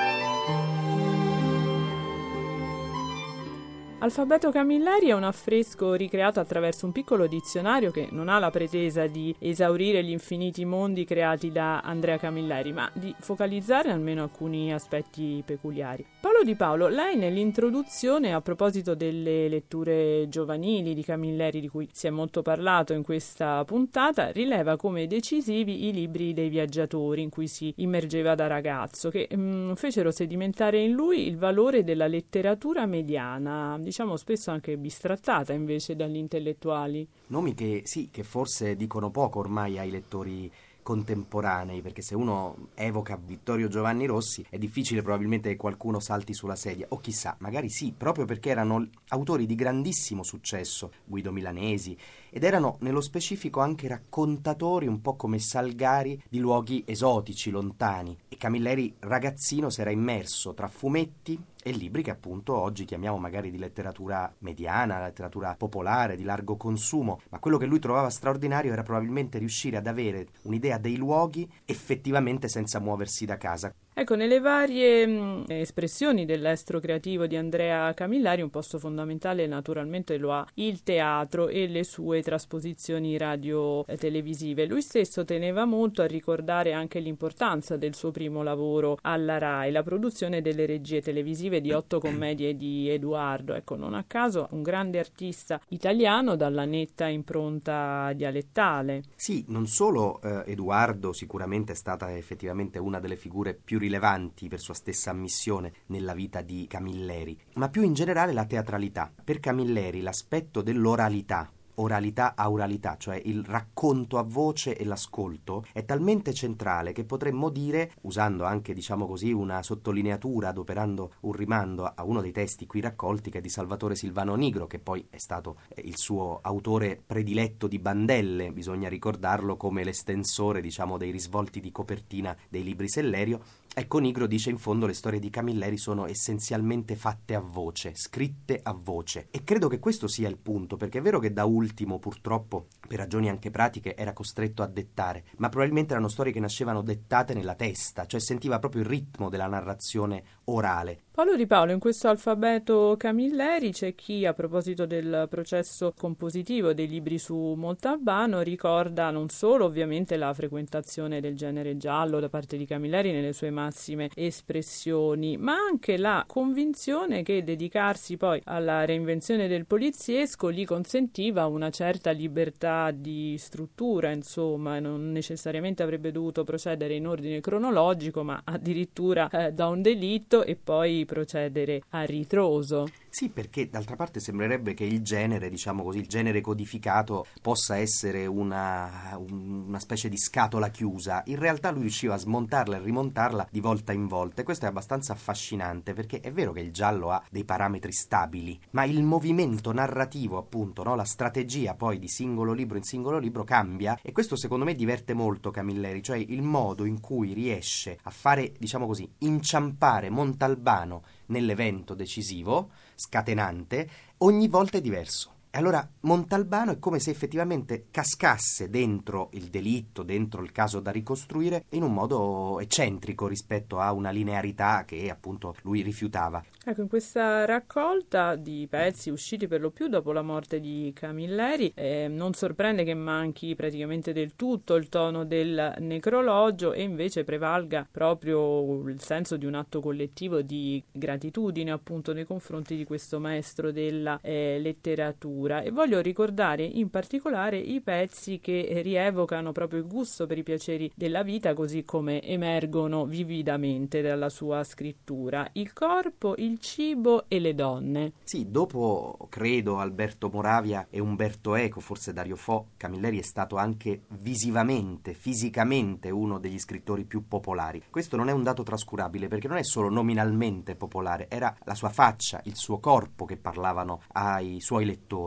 Alfabeto Camilleri è un affresco ricreato attraverso un piccolo dizionario che non ha la pretesa di esaurire gli infiniti mondi creati da Andrea Camilleri, ma di focalizzare almeno alcuni aspetti peculiari. Paolo Di Paolo, lei nell'introduzione, a proposito delle letture giovanili di Camilleri, di cui si è molto parlato in questa puntata, rileva come decisivi i libri dei viaggiatori in cui si immergeva da ragazzo, che fecero sedimentare in lui il valore della letteratura mediana, diciamo spesso anche bistrattata invece dagli intellettuali. Nomi che forse dicono poco ormai ai lettori contemporanei, perché se uno evoca Vittorio Giovanni Rossi è difficile probabilmente che qualcuno salti sulla sedia, o chissà, magari sì, proprio perché erano autori di grandissimo successo, Guido Milanesi, ed erano nello specifico anche raccontatori un po' come Salgari di luoghi esotici, lontani, e Camilleri ragazzino si era immerso tra fumetti e libri che appunto oggi chiamiamo magari di letteratura mediana, letteratura popolare, di largo consumo, ma quello che lui trovava straordinario era probabilmente riuscire ad avere un'idea dei luoghi effettivamente senza muoversi da casa. Ecco, nelle varie espressioni dell'estro creativo di Andrea Camilleri un posto fondamentale naturalmente lo ha il teatro e le sue trasposizioni radio-televisive. Lui stesso teneva molto a ricordare anche l'importanza del suo primo lavoro alla RAI, la produzione delle regie televisive di 8 commedie di Edoardo. Ecco, non a caso un grande artista italiano dalla netta impronta dialettale. Sì, non solo Edoardo sicuramente è stata effettivamente una delle figure più rilevanti per sua stessa ammissione nella vita di Camilleri, ma più in generale la teatralità. Per Camilleri l'aspetto dell'oralità, oralità a oralità, cioè il racconto a voce e l'ascolto, è talmente centrale che potremmo dire, usando anche diciamo così una sottolineatura, adoperando un rimando a uno dei testi qui raccolti, che è di Salvatore Silvano Nigro, che poi è stato il suo autore prediletto di bandelle, bisogna ricordarlo come l'estensore diciamo dei risvolti di copertina dei libri Sellerio. Ecco, Nigro dice in fondo le storie di Camilleri sono essenzialmente fatte a voce, scritte a voce, e credo che questo sia il punto, perché è vero che da ultimo purtroppo per ragioni anche pratiche era costretto a dettare, ma probabilmente erano storie che nascevano dettate nella testa, cioè sentiva proprio il ritmo della narrazione orale. Paolo Di Paolo, in questo alfabeto Camilleri c'è chi, a proposito del processo compositivo dei libri su Montalbano, ricorda non solo ovviamente la frequentazione del genere giallo da parte di Camilleri nelle sue massime espressioni, ma anche la convinzione che dedicarsi poi alla reinvenzione del poliziesco gli consentiva una certa libertà di struttura, insomma, non necessariamente avrebbe dovuto procedere in ordine cronologico, ma addirittura da un delitto e poi procedere a ritroso. Sì, perché d'altra parte sembrerebbe che il genere, diciamo così, il genere codificato possa essere una specie di scatola chiusa. In realtà lui riusciva a smontarla e rimontarla di volta in volta, e questo è abbastanza affascinante, perché è vero che il giallo ha dei parametri stabili, ma il movimento narrativo, appunto, no? La strategia poi di singolo libro in singolo libro cambia, e questo secondo me diverte molto Camilleri, cioè il modo in cui riesce a fare, diciamo così, inciampare Montalbano nell'evento decisivo, scatenante, ogni volta è diverso. E allora Montalbano è come se effettivamente cascasse dentro il delitto, dentro il caso da ricostruire, in un modo eccentrico rispetto a una linearità che appunto lui rifiutava. Ecco, in questa raccolta di pezzi usciti per lo più dopo la morte di Camilleri, non sorprende che manchi praticamente del tutto il tono del necrologio e invece prevalga proprio il senso di un atto collettivo di gratitudine appunto nei confronti di questo maestro della letteratura. E voglio ricordare in particolare i pezzi che rievocano proprio il gusto per i piaceri della vita così come emergono vividamente dalla sua scrittura: il corpo, il cibo e le donne. Sì, dopo credo Alberto Moravia e Umberto Eco, forse Dario Fo, Camilleri è stato anche visivamente, fisicamente uno degli scrittori più popolari. Questo non è un dato trascurabile, perché non è solo nominalmente popolare, era la sua faccia, il suo corpo che parlavano ai suoi lettori.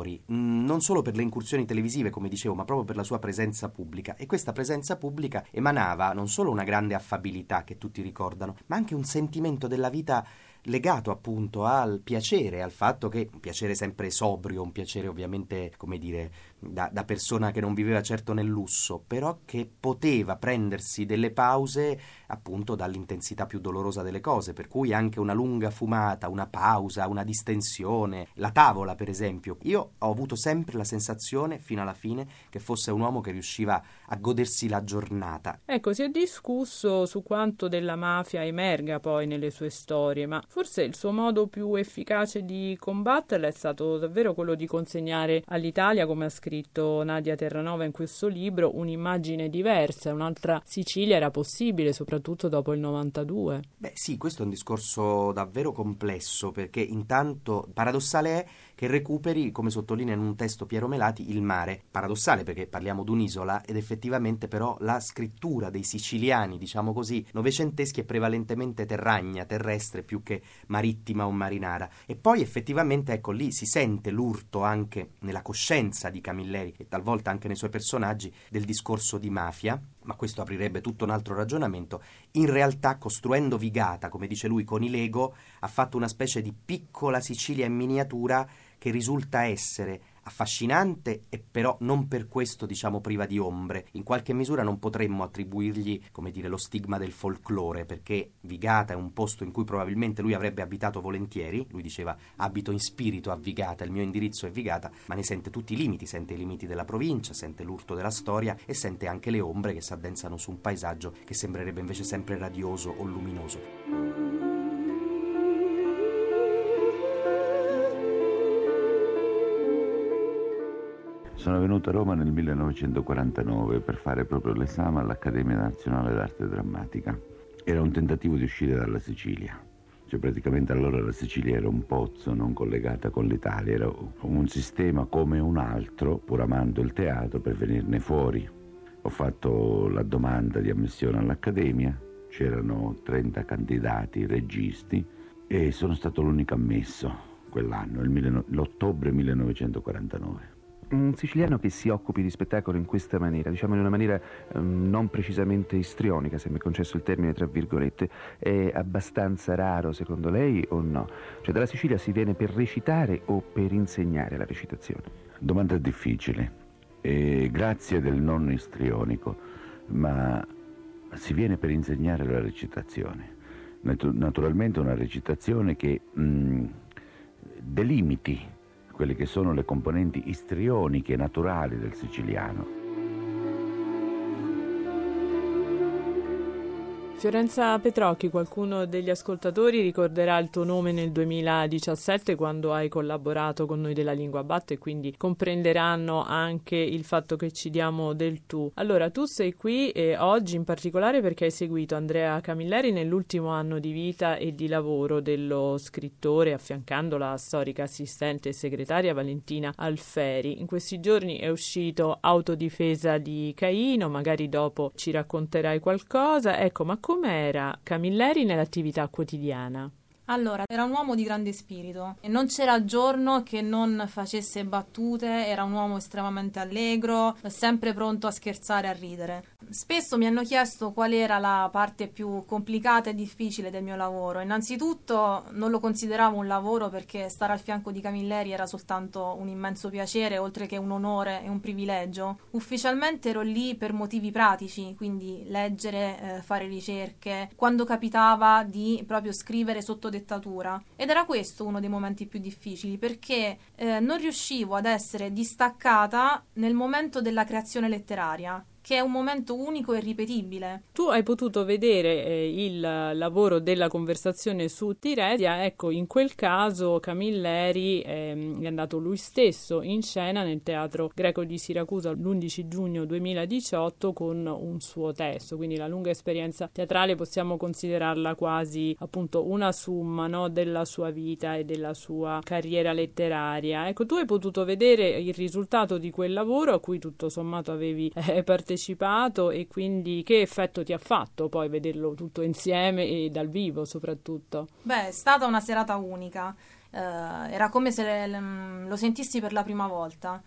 fuori, non solo per le incursioni televisive, come dicevo, ma proprio per la sua presenza pubblica. E questa presenza pubblica emanava non solo una grande affabilità che tutti ricordano, ma anche un sentimento della vita legato appunto al piacere, al fatto che un piacere sempre sobrio, un piacere ovviamente, come dire, da persona che non viveva certo nel lusso, però che poteva prendersi delle pause appunto dall'intensità più dolorosa delle cose, per cui anche una lunga fumata, una pausa, una distensione, la tavola per esempio. Io ho avuto sempre la sensazione fino alla fine che fosse un uomo che riusciva a godersi la giornata. Ecco, si è discusso su quanto della mafia emerga poi nelle sue storie, ma forse il suo modo più efficace di combatterla è stato davvero quello di consegnare all'Italia, come ha scritto Nadia Terranova in questo libro, un'immagine diversa, un'altra Sicilia era possibile, soprattutto dopo il 92. Beh sì, questo è un discorso davvero complesso, perché intanto paradossale è che recuperi, come sottolinea in un testo Piero Melati, il mare. Paradossale perché parliamo di un'isola ed effettivamente però la scrittura dei siciliani, diciamo così, novecenteschi è prevalentemente terragna, terrestre, più che marittima o marinara. E poi effettivamente, ecco, lì si sente l'urto anche nella coscienza di Camilleri e talvolta anche nei suoi personaggi del discorso di mafia, ma questo aprirebbe tutto un altro ragionamento. In realtà, costruendo Vigata, come dice lui, con i Lego, ha fatto una specie di piccola Sicilia in miniatura che risulta essere affascinante e però non per questo, diciamo, priva di ombre. In qualche misura non potremmo attribuirgli, come dire, lo stigma del folklore, perché Vigata è un posto in cui probabilmente lui avrebbe abitato volentieri. Lui diceva: abito in spirito a Vigata, il mio indirizzo è Vigata, ma ne sente tutti i limiti, sente i limiti della provincia, sente l'urto della storia e sente anche le ombre che si addensano su un paesaggio che sembrerebbe invece sempre radioso o luminoso. Sono venuto a Roma nel 1949 per fare proprio l'esame all'Accademia Nazionale d'Arte Drammatica. Era un tentativo di uscire dalla Sicilia. Cioè praticamente allora la Sicilia era un pozzo non collegata con l'Italia, era un sistema come un altro, pur amando il teatro, per venirne fuori. Ho fatto la domanda di ammissione all'Accademia, c'erano 30 candidati registi e sono stato l'unico ammesso quell'anno, l'ottobre 1949. Un siciliano che si occupi di spettacolo in questa maniera, diciamo in una maniera non precisamente istrionica, se mi è concesso il termine tra virgolette, è abbastanza raro secondo lei o no? Cioè dalla Sicilia si viene per recitare o per insegnare la recitazione? Domanda difficile, grazie del non istrionico, ma si viene per insegnare la recitazione. Naturalmente una recitazione che delimiti quelle che sono le componenti istrioniche naturali del siciliano. Fiorenza Petrocchi, qualcuno degli ascoltatori ricorderà il tuo nome nel 2017 quando hai collaborato con noi della Lingua Batte e quindi comprenderanno anche il fatto che ci diamo del tu. Allora, tu sei qui oggi in particolare perché hai seguito Andrea Camilleri nell'ultimo anno di vita e di lavoro dello scrittore, affiancando la storica assistente e segretaria Valentina Alferi. In questi giorni è uscito Autodifesa di Caino, magari dopo ci racconterai qualcosa. Ecco, ma com'era Camilleri nell'attività quotidiana? Allora, era un uomo di grande spirito e non c'era giorno che non facesse battute, era un uomo estremamente allegro, sempre pronto a scherzare e a ridere. Spesso mi hanno chiesto qual era la parte più complicata e difficile del mio lavoro. Innanzitutto non lo consideravo un lavoro perché stare al fianco di Camilleri era soltanto un immenso piacere, oltre che un onore e un privilegio. Ufficialmente ero lì per motivi pratici, quindi leggere, fare ricerche, quando capitava di proprio scrivere sotto dettatura, ed era questo uno dei momenti più difficili perché non riuscivo ad essere distaccata nel momento della creazione letteraria, che è un momento unico e ripetibile. Tu hai potuto vedere il lavoro della conversazione su Tiresia, ecco, in quel caso Camilleri è andato lui stesso in scena nel Teatro Greco di Siracusa l'11 giugno 2018 con un suo testo, quindi la lunga esperienza teatrale possiamo considerarla quasi appunto una summa, no, della sua vita e della sua carriera letteraria. Ecco, tu hai potuto vedere il risultato di quel lavoro a cui tutto sommato avevi partecipato e quindi che effetto ti ha fatto poi vederlo tutto insieme e dal vivo soprattutto? Beh, è stata una serata unica. era come se lo sentissi per la prima volta,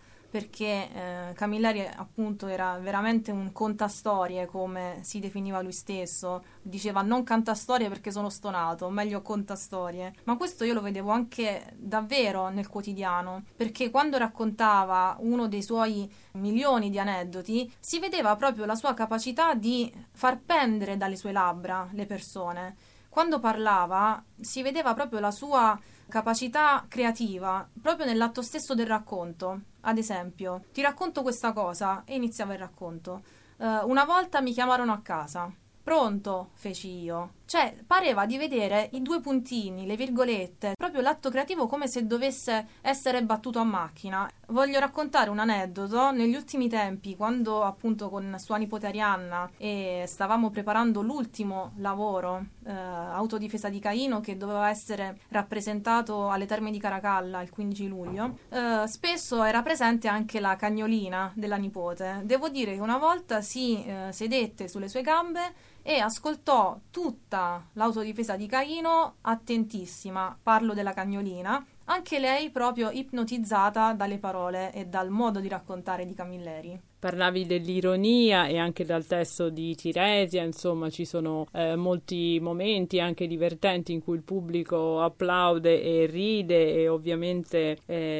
perché Camilleri appunto era veramente un contastorie, come si definiva lui stesso. Diceva non cantastorie perché sono stonato, meglio contastorie. Ma questo io lo vedevo anche davvero nel quotidiano, perché quando raccontava uno dei suoi milioni di aneddoti si vedeva proprio la sua capacità di far pendere dalle sue labbra le persone. Quando parlava si vedeva proprio la sua capacità creativa proprio nell'atto stesso del racconto. Ad esempio, ti racconto questa cosa, e iniziava il racconto. Una volta mi chiamarono a casa. Pronto, feci io. Cioè, pareva di vedere i due puntini, le virgolette, proprio l'atto creativo come se dovesse essere battuto a macchina. Voglio raccontare un aneddoto. Negli ultimi tempi, quando appunto con sua nipote Arianna stavamo preparando l'ultimo lavoro, Autodifesa di Caino, che doveva essere rappresentato alle Terme di Caracalla il 15 luglio, spesso era presente anche la cagnolina della nipote. Devo dire che una volta si sedette sulle sue gambe e ascoltò tutta l'autodifesa di Caino attentissima. Parlo della cagnolina, anche lei proprio ipnotizzata dalle parole e dal modo di raccontare di Camilleri. Parlavi dell'ironia e anche dal testo di Tiresia, insomma ci sono molti momenti anche divertenti in cui il pubblico applaude e ride, e ovviamente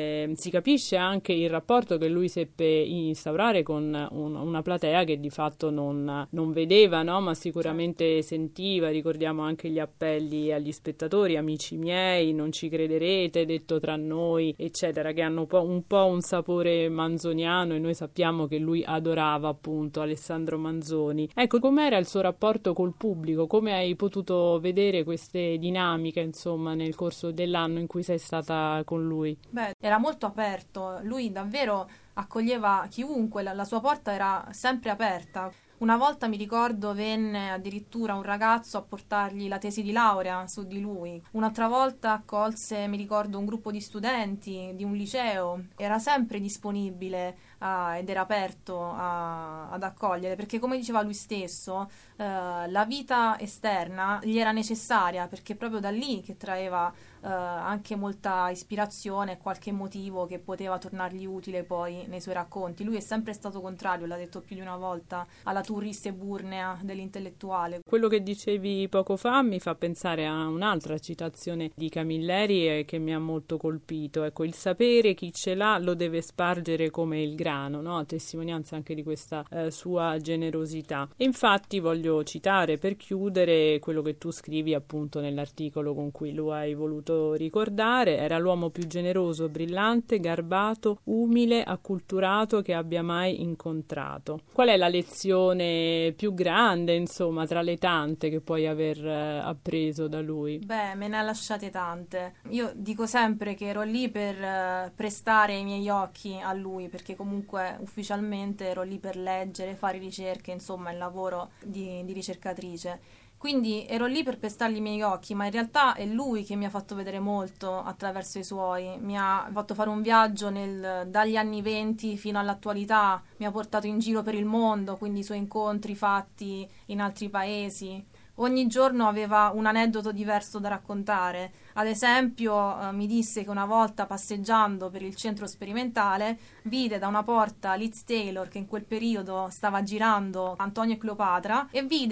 si capisce anche il rapporto che lui seppe instaurare con una platea che di fatto non vedeva, no? Ma sicuramente sentiva. Ricordiamo anche gli appelli agli spettatori: amici miei, non ci crederete, detto tra noi, eccetera, che hanno un po' un sapore manzoniano, e noi sappiamo che lui adorava appunto Alessandro Manzoni. Ecco, com'era il suo rapporto col pubblico? Come hai potuto vedere queste dinamiche, insomma, nel corso dell'anno in cui sei stata con lui? Beh, era molto aperto, lui davvero accoglieva chiunque, la sua porta era sempre aperta. Una volta, mi ricordo, venne addirittura un ragazzo a portargli la tesi di laurea su di lui. Un'altra volta accolse, mi ricordo, un gruppo di studenti di un liceo. Era sempre disponibile ed era aperto ad accogliere, perché, come diceva lui stesso, la vita esterna gli era necessaria, perché proprio da lì che traeva anche molta ispirazione e qualche motivo che poteva tornargli utile poi nei suoi racconti. Lui è sempre stato contrario, l'ha detto più di una volta, alla turris eburnea dell'intellettuale. Quello che dicevi poco fa mi fa pensare a un'altra citazione di Camilleri che mi ha molto colpito. Ecco, il sapere chi ce l'ha lo deve spargere come il grano, no? A testimonianza anche di questa sua generosità. E infatti voglio citare per chiudere quello che tu scrivi appunto nell'articolo con cui lo hai voluto ricordare. Era l'uomo più generoso, brillante, garbato, umile, acculturato che abbia mai incontrato. Qual è la lezione più grande, insomma, tra le tante che puoi aver appreso da lui? Beh, me ne ha lasciate tante. Io dico sempre che ero lì per prestare i miei occhi a lui, perché comunque ufficialmente ero lì per leggere, fare ricerche, insomma il lavoro di ricercatrice. Quindi ero lì per prestargli i miei occhi, ma in realtà è lui che mi ha fatto vedere molto attraverso i suoi. Mi ha fatto fare un viaggio dagli anni 20 fino all'attualità, mi ha portato in giro per il mondo, quindi i suoi incontri fatti in altri paesi. Ogni giorno aveva un aneddoto diverso da raccontare. Ad esempio, mi disse che una volta passeggiando per il centro sperimentale vide da una porta Liz Taylor, che in quel periodo stava girando Antonio e Cleopatra, e vide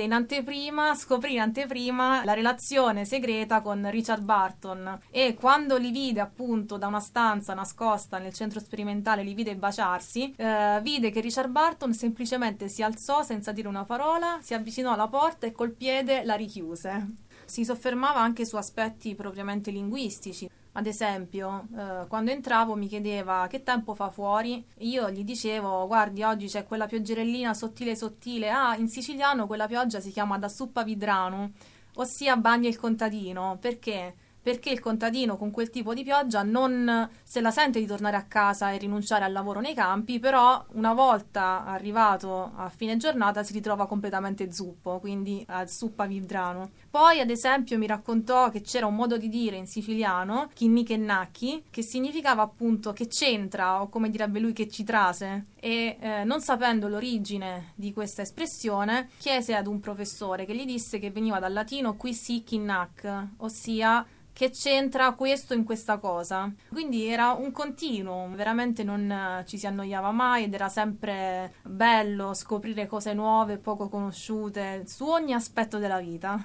scoprì in anteprima la relazione segreta con Richard Burton. E quando li vide appunto da una stanza nascosta nel centro sperimentale, li vide baciarsi, vide che Richard Burton semplicemente si alzò senza dire una parola, si avvicinò alla porta e col piede la richiuse. Si soffermava anche su aspetti propriamente linguistici. Ad esempio, quando entravo mi chiedeva che tempo fa fuori. Io gli dicevo: guardi, oggi c'è quella pioggerellina sottile sottile. Ah, in siciliano quella pioggia si chiama da suppa vidrano, ossia bagna il contadino. Perché? Perché il contadino con quel tipo di pioggia non se la sente di tornare a casa e rinunciare al lavoro nei campi, però una volta arrivato a fine giornata si ritrova completamente zuppo, quindi al suppa vidrano. Poi, ad esempio, mi raccontò che c'era un modo di dire in siciliano, chinni che nacchi, che significava appunto che c'entra, o come direbbe lui, che ci trase. E non sapendo l'origine di questa espressione, chiese ad un professore che gli disse che veniva dal latino qui si chinnac, ossia che c'entra questo in questa cosa. Quindi era un continuo, veramente non ci si annoiava mai ed era sempre bello scoprire cose nuove, poco conosciute, su ogni aspetto della vita.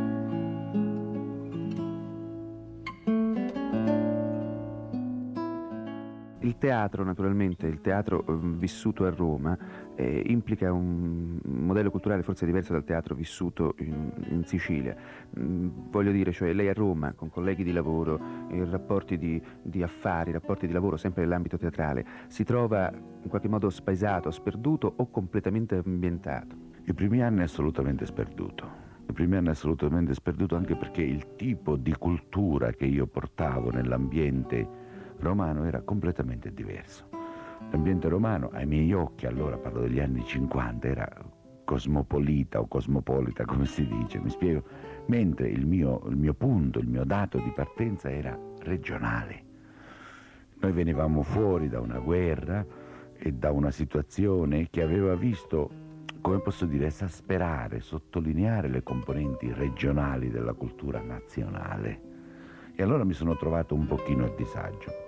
Il teatro, naturalmente, il teatro vissuto a Roma implica un modello culturale forse diverso dal teatro vissuto in Sicilia. Voglio dire, cioè lei a Roma, con colleghi di lavoro, rapporti di affari, rapporti di lavoro sempre nell'ambito teatrale, si trova in qualche modo spaesato, sperduto o completamente ambientato? I primi anni assolutamente sperduto. I primi anni assolutamente sperduto anche perché il tipo di cultura che io portavo nell'ambiente romano era completamente diverso. L'ambiente romano, ai miei occhi, allora parlo degli anni 50, era cosmopolita o cosmopolita, come si dice, mi spiego, mentre il mio punto, il mio dato di partenza era regionale. Noi venivamo fuori da una guerra e da una situazione che aveva visto, come posso dire, esasperare, sottolineare le componenti regionali della cultura nazionale. E allora mi sono trovato un pochino a disagio.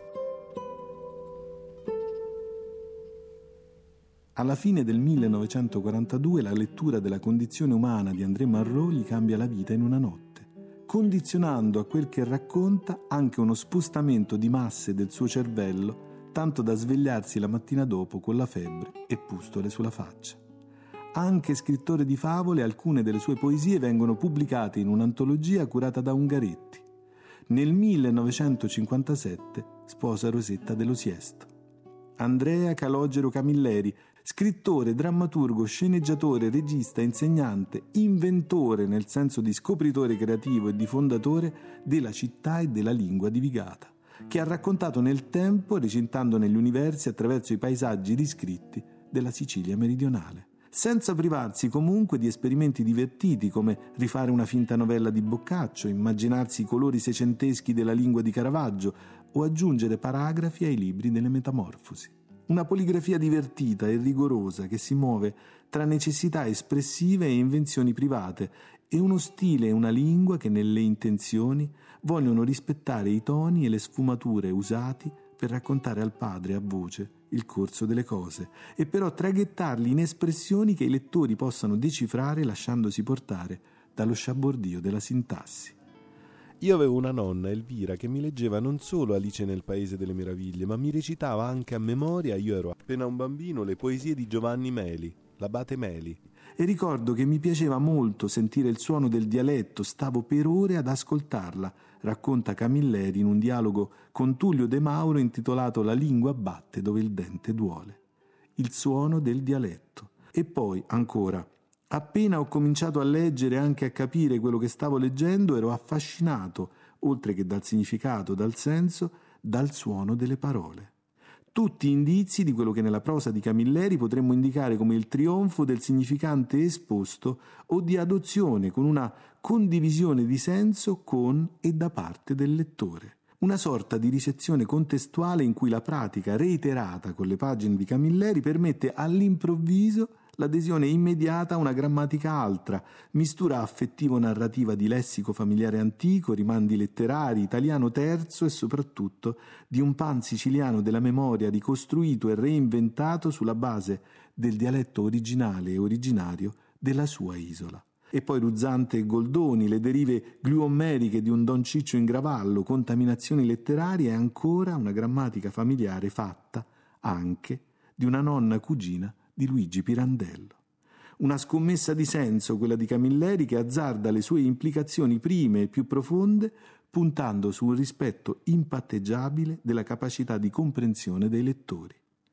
Alla fine del 1942 la lettura della condizione umana di André Malraux gli cambia la vita in una notte, condizionando a quel che racconta anche uno spostamento di masse del suo cervello, tanto da svegliarsi la mattina dopo con la febbre e pustole sulla faccia. Anche scrittore di favole, alcune delle sue poesie vengono pubblicate in un'antologia curata da Ungaretti. Nel 1957 sposa Rosetta dello Siesto. Andrea Calogero Camilleri, scrittore, drammaturgo, sceneggiatore, regista, insegnante, inventore nel senso di scopritore creativo e di fondatore della città e della lingua di Vigata, che ha raccontato nel tempo, recintando negli universi attraverso i paesaggi riscritti della Sicilia meridionale, senza privarsi comunque di esperimenti divertiti come rifare una finta novella di Boccaccio, immaginarsi i colori secenteschi della lingua di Caravaggio o aggiungere paragrafi ai libri delle Metamorfosi. Una poligrafia divertita e rigorosa che si muove tra necessità espressive e invenzioni private e uno stile e una lingua che nelle intenzioni vogliono rispettare i toni e le sfumature usati per raccontare al padre a voce il corso delle cose e però traghettarli in espressioni che i lettori possano decifrare lasciandosi portare dallo sciabordio della sintassi. Io avevo una nonna, Elvira, che mi leggeva non solo Alice nel Paese delle Meraviglie, ma mi recitava anche a memoria, io ero appena un bambino, le poesie di Giovanni Meli, l'abate Meli. E ricordo che mi piaceva molto sentire il suono del dialetto, stavo per ore ad ascoltarla, racconta Camilleri in un dialogo con Tullio De Mauro intitolato La lingua batte dove il dente duole. Il suono del dialetto. E poi, ancora, appena ho cominciato a leggere e anche a capire quello che stavo leggendo, ero affascinato, oltre che dal significato, dal senso, dal suono delle parole. Tutti indizi di quello che nella prosa di Camilleri potremmo indicare come il trionfo del significante esposto o di adozione con una condivisione di senso con e da parte del lettore. Una sorta di ricezione contestuale in cui la pratica reiterata con le pagine di Camilleri permette all'improvviso l'adesione immediata a una grammatica altra, mistura affettivo-narrativa di lessico familiare antico, rimandi letterari, italiano terzo e soprattutto di un pan siciliano della memoria ricostruito e reinventato sulla base del dialetto originale e originario della sua isola. E poi Ruzzante e Goldoni, le derive gluommeriche di un Don Ciccio in Gravallo, contaminazioni letterarie e ancora una grammatica familiare fatta anche di una nonna cugina di Luigi Pirandello. Una scommessa di senso, quella di Camilleri, che azzarda le sue implicazioni prime e più profonde, puntando su un rispetto impatteggiabile della capacità di comprensione dei lettori.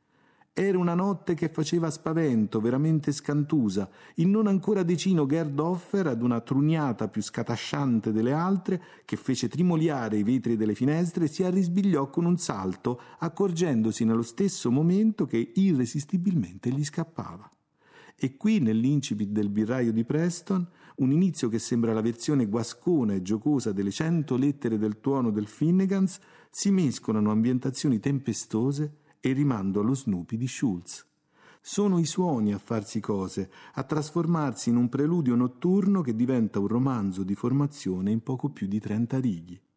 Era una notte che faceva spavento, veramente scantusa. Il non ancora decino Gerd Hoffer, ad una trugnata più scatasciante delle altre, che fece trimoliare i vetri delle finestre, si arrisbigliò con un salto, accorgendosi nello stesso momento che irresistibilmente gli scappava. E qui, nell'incipit del birraio di Preston, un inizio che sembra la versione guascona e giocosa delle 100 lettere del tuono del Finnegans, si mescolano ambientazioni tempestose e rimando allo Snoopy di Schulz. Sono i suoni a farsi cose, a trasformarsi in un preludio notturno che diventa un romanzo di formazione in poco più di 30 righe.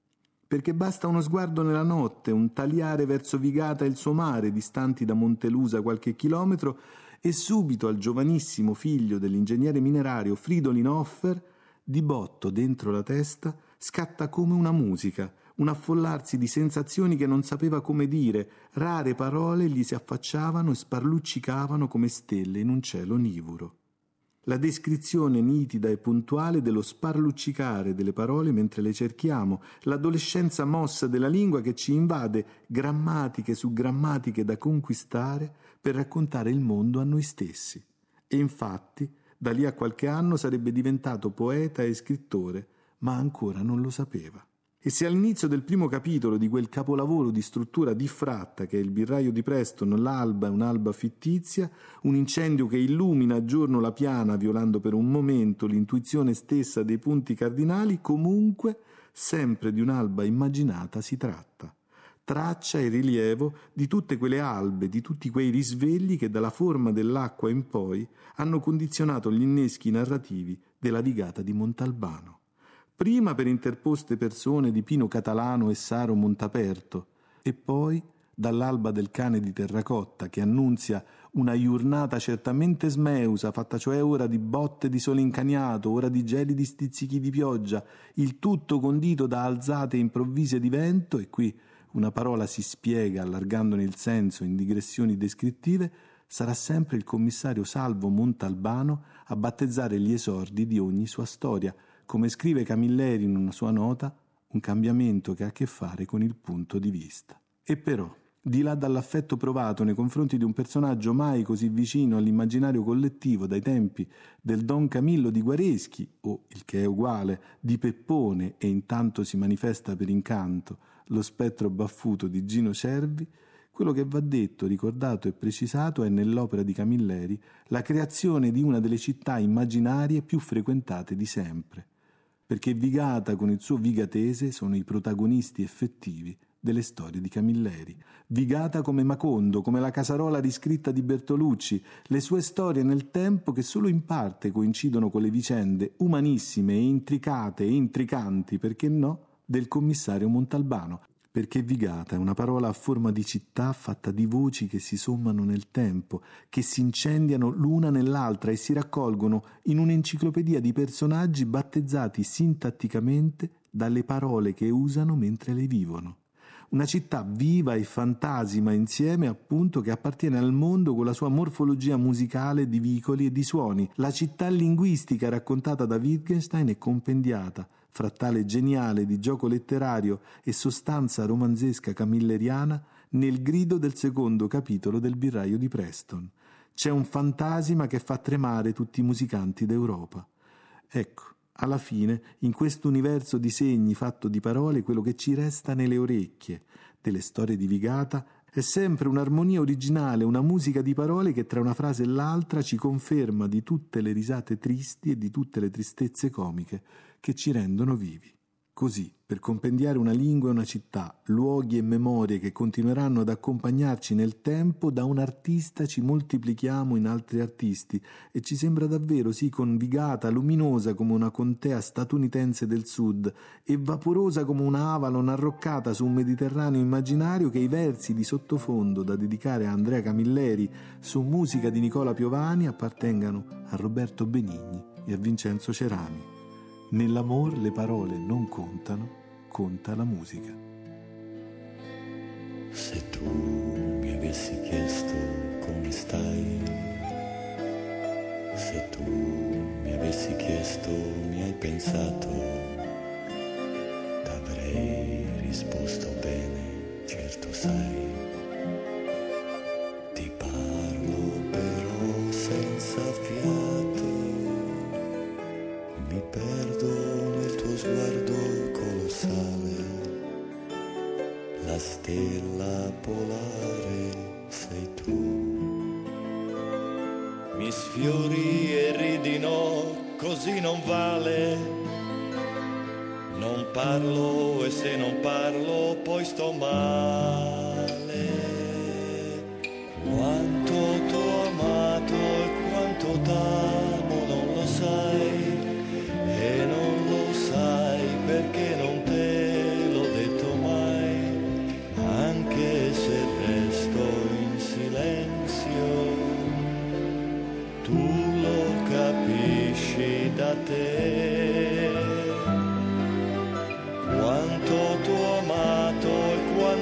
perché basta uno sguardo nella notte, un tagliare verso Vigata e il suo mare, distanti da Montelusa qualche chilometro, e subito al giovanissimo figlio dell'ingegnere minerario Fridolin Hoffer, di botto dentro la testa, scatta come una musica, un affollarsi di sensazioni che non sapeva come dire, rare parole gli si affacciavano e sparluccicavano come stelle in un cielo nivoro. La descrizione nitida e puntuale dello sparluccicare delle parole mentre le cerchiamo, l'adolescenza mossa della lingua che ci invade, grammatiche su grammatiche da conquistare per raccontare il mondo a noi stessi. E infatti, da lì a qualche anno sarebbe diventato poeta e scrittore, ma ancora non lo sapeva. E se all'inizio del primo capitolo di quel capolavoro di struttura diffratta che è Il birraio di Preston, l'alba è un'alba fittizia, un incendio che illumina a giorno la piana violando per un momento l'intuizione stessa dei punti cardinali, comunque sempre di un'alba immaginata si tratta. Traccia e rilievo di tutte quelle albe, di tutti quei risvegli che dalla forma dell'acqua in poi hanno condizionato gli inneschi narrativi della Vigata di Montalbano. Prima per interposte persone di Pino Catalano e Saro Montaperto, e poi dall'alba del cane di terracotta che annunzia una giornata certamente smeusa, fatta cioè ora di botte di sole incaniato, ora di gelidi stizzichi di pioggia, il tutto condito da alzate improvvise di vento, e qui una parola si spiega allargandone il senso in digressioni descrittive, sarà sempre il commissario Salvo Montalbano a battezzare gli esordi di ogni sua storia, come scrive Camilleri in una sua nota, un cambiamento che ha a che fare con il punto di vista. E però, di là dall'affetto provato nei confronti di un personaggio mai così vicino all'immaginario collettivo dai tempi del Don Camillo di Guareschi, o, il che è uguale, di Peppone e intanto si manifesta per incanto, lo spettro baffuto di Gino Cervi, quello che va detto, ricordato e precisato è nell'opera di Camilleri la creazione di una delle città immaginarie più frequentate di sempre, perché Vigata con il suo vigatese sono i protagonisti effettivi delle storie di Camilleri. Vigata come Macondo, come la Casarola riscritta di Bertolucci, le sue storie nel tempo che solo in parte coincidono con le vicende umanissime e intricate e intricanti, perché no, del commissario Montalbano, perché Vigata è una parola a forma di città fatta di voci che si sommano nel tempo, che si incendiano l'una nell'altra e si raccolgono in un'enciclopedia di personaggi battezzati sintatticamente dalle parole che usano mentre le vivono. Una città viva e fantasima insieme, appunto, che appartiene al mondo con la sua morfologia musicale di vicoli e di suoni, la città linguistica raccontata da Wittgenstein e compendiata, frattale geniale di gioco letterario e sostanza romanzesca camilleriana, nel grido del secondo capitolo del birraio di Preston. C'è un fantasima che fa tremare tutti i musicanti d'Europa. Ecco, alla fine, in questo universo di segni fatto di parole, quello che ci resta nelle orecchie delle storie di Vigata è sempre un'armonia originale, una musica di parole che tra una frase e l'altra ci conferma di tutte le risate tristi e di tutte le tristezze comiche che ci rendono vivi. Così, per compendiare una lingua e una città, luoghi e memorie che continueranno ad accompagnarci nel tempo, da un artista ci moltiplichiamo in altri artisti e ci sembra davvero, sì, con Vigata, luminosa come una contea statunitense del sud e vaporosa come una Avalon arroccata su un Mediterraneo immaginario, che i versi di sottofondo da dedicare a Andrea Camilleri su musica di Nicola Piovani appartengano a Roberto Benigni e a Vincenzo Cerami. Nell'amor le parole non contano, conta la musica. Se tu mi avessi chiesto come stai, se tu mi avessi chiesto mi hai pensato, t'avrei risposto bene, certo sai. Ti parlo però senza fiato, mi perdo nel tuo sguardo colossale, la stella polare sei tu. Mi sfiori e ridi no, così non vale, non parlo e se non parlo poi sto male. Quanto t'ho amato e quanto t'amo non lo sai, e non lo sai perché non te l'ho detto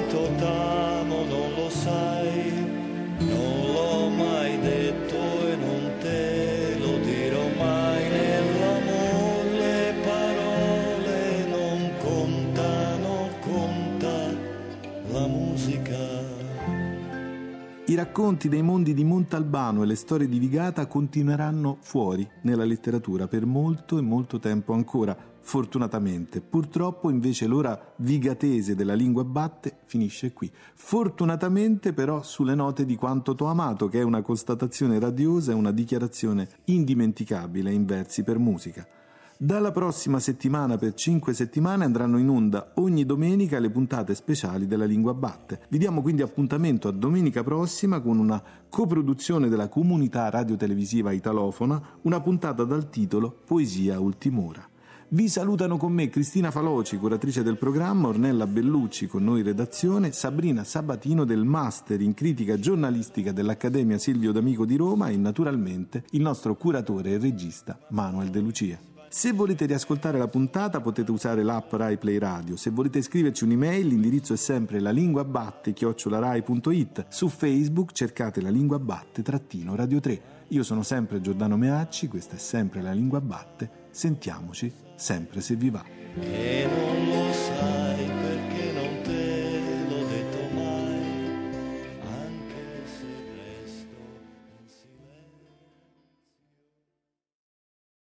quanto t'amo non lo sai, non l'ho mai detto e non te lo dirò mai. Nell'amore le parole non contano, conta la musica. I racconti dei mondi di Montalbano e le storie di Vigata continueranno fuori nella letteratura per molto e molto tempo ancora, fortunatamente. Purtroppo invece l'ora vigatese della lingua batte finisce qui. Fortunatamente però sulle note di Quanto t'ho amato, che è una constatazione radiosa e una dichiarazione indimenticabile in versi per musica. Dalla prossima settimana per 5 settimane andranno in onda ogni domenica le puntate speciali della Lingua Batte. Vi diamo quindi appuntamento a domenica prossima con una coproduzione della comunità radiotelevisiva italofona, una puntata dal titolo Poesia Ultim'ora. Vi salutano con me Cristina Faloci, curatrice del programma, Ornella Bellucci con noi redazione, Sabrina Sabatino del Master in Critica Giornalistica dell'Accademia Silvio D'Amico di Roma e naturalmente il nostro curatore e regista Manuel De Lucia. Se volete riascoltare la puntata potete usare l'app Rai Play Radio. Se volete scriverci un'email l'indirizzo è sempre lalinguabatte@rai.it. Su Facebook cercate La Lingua Batte _Radio 3. Io sono sempre Giordano Meacci, questa è sempre La Lingua Batte. Sentiamoci sempre se vi va. E non lo sai.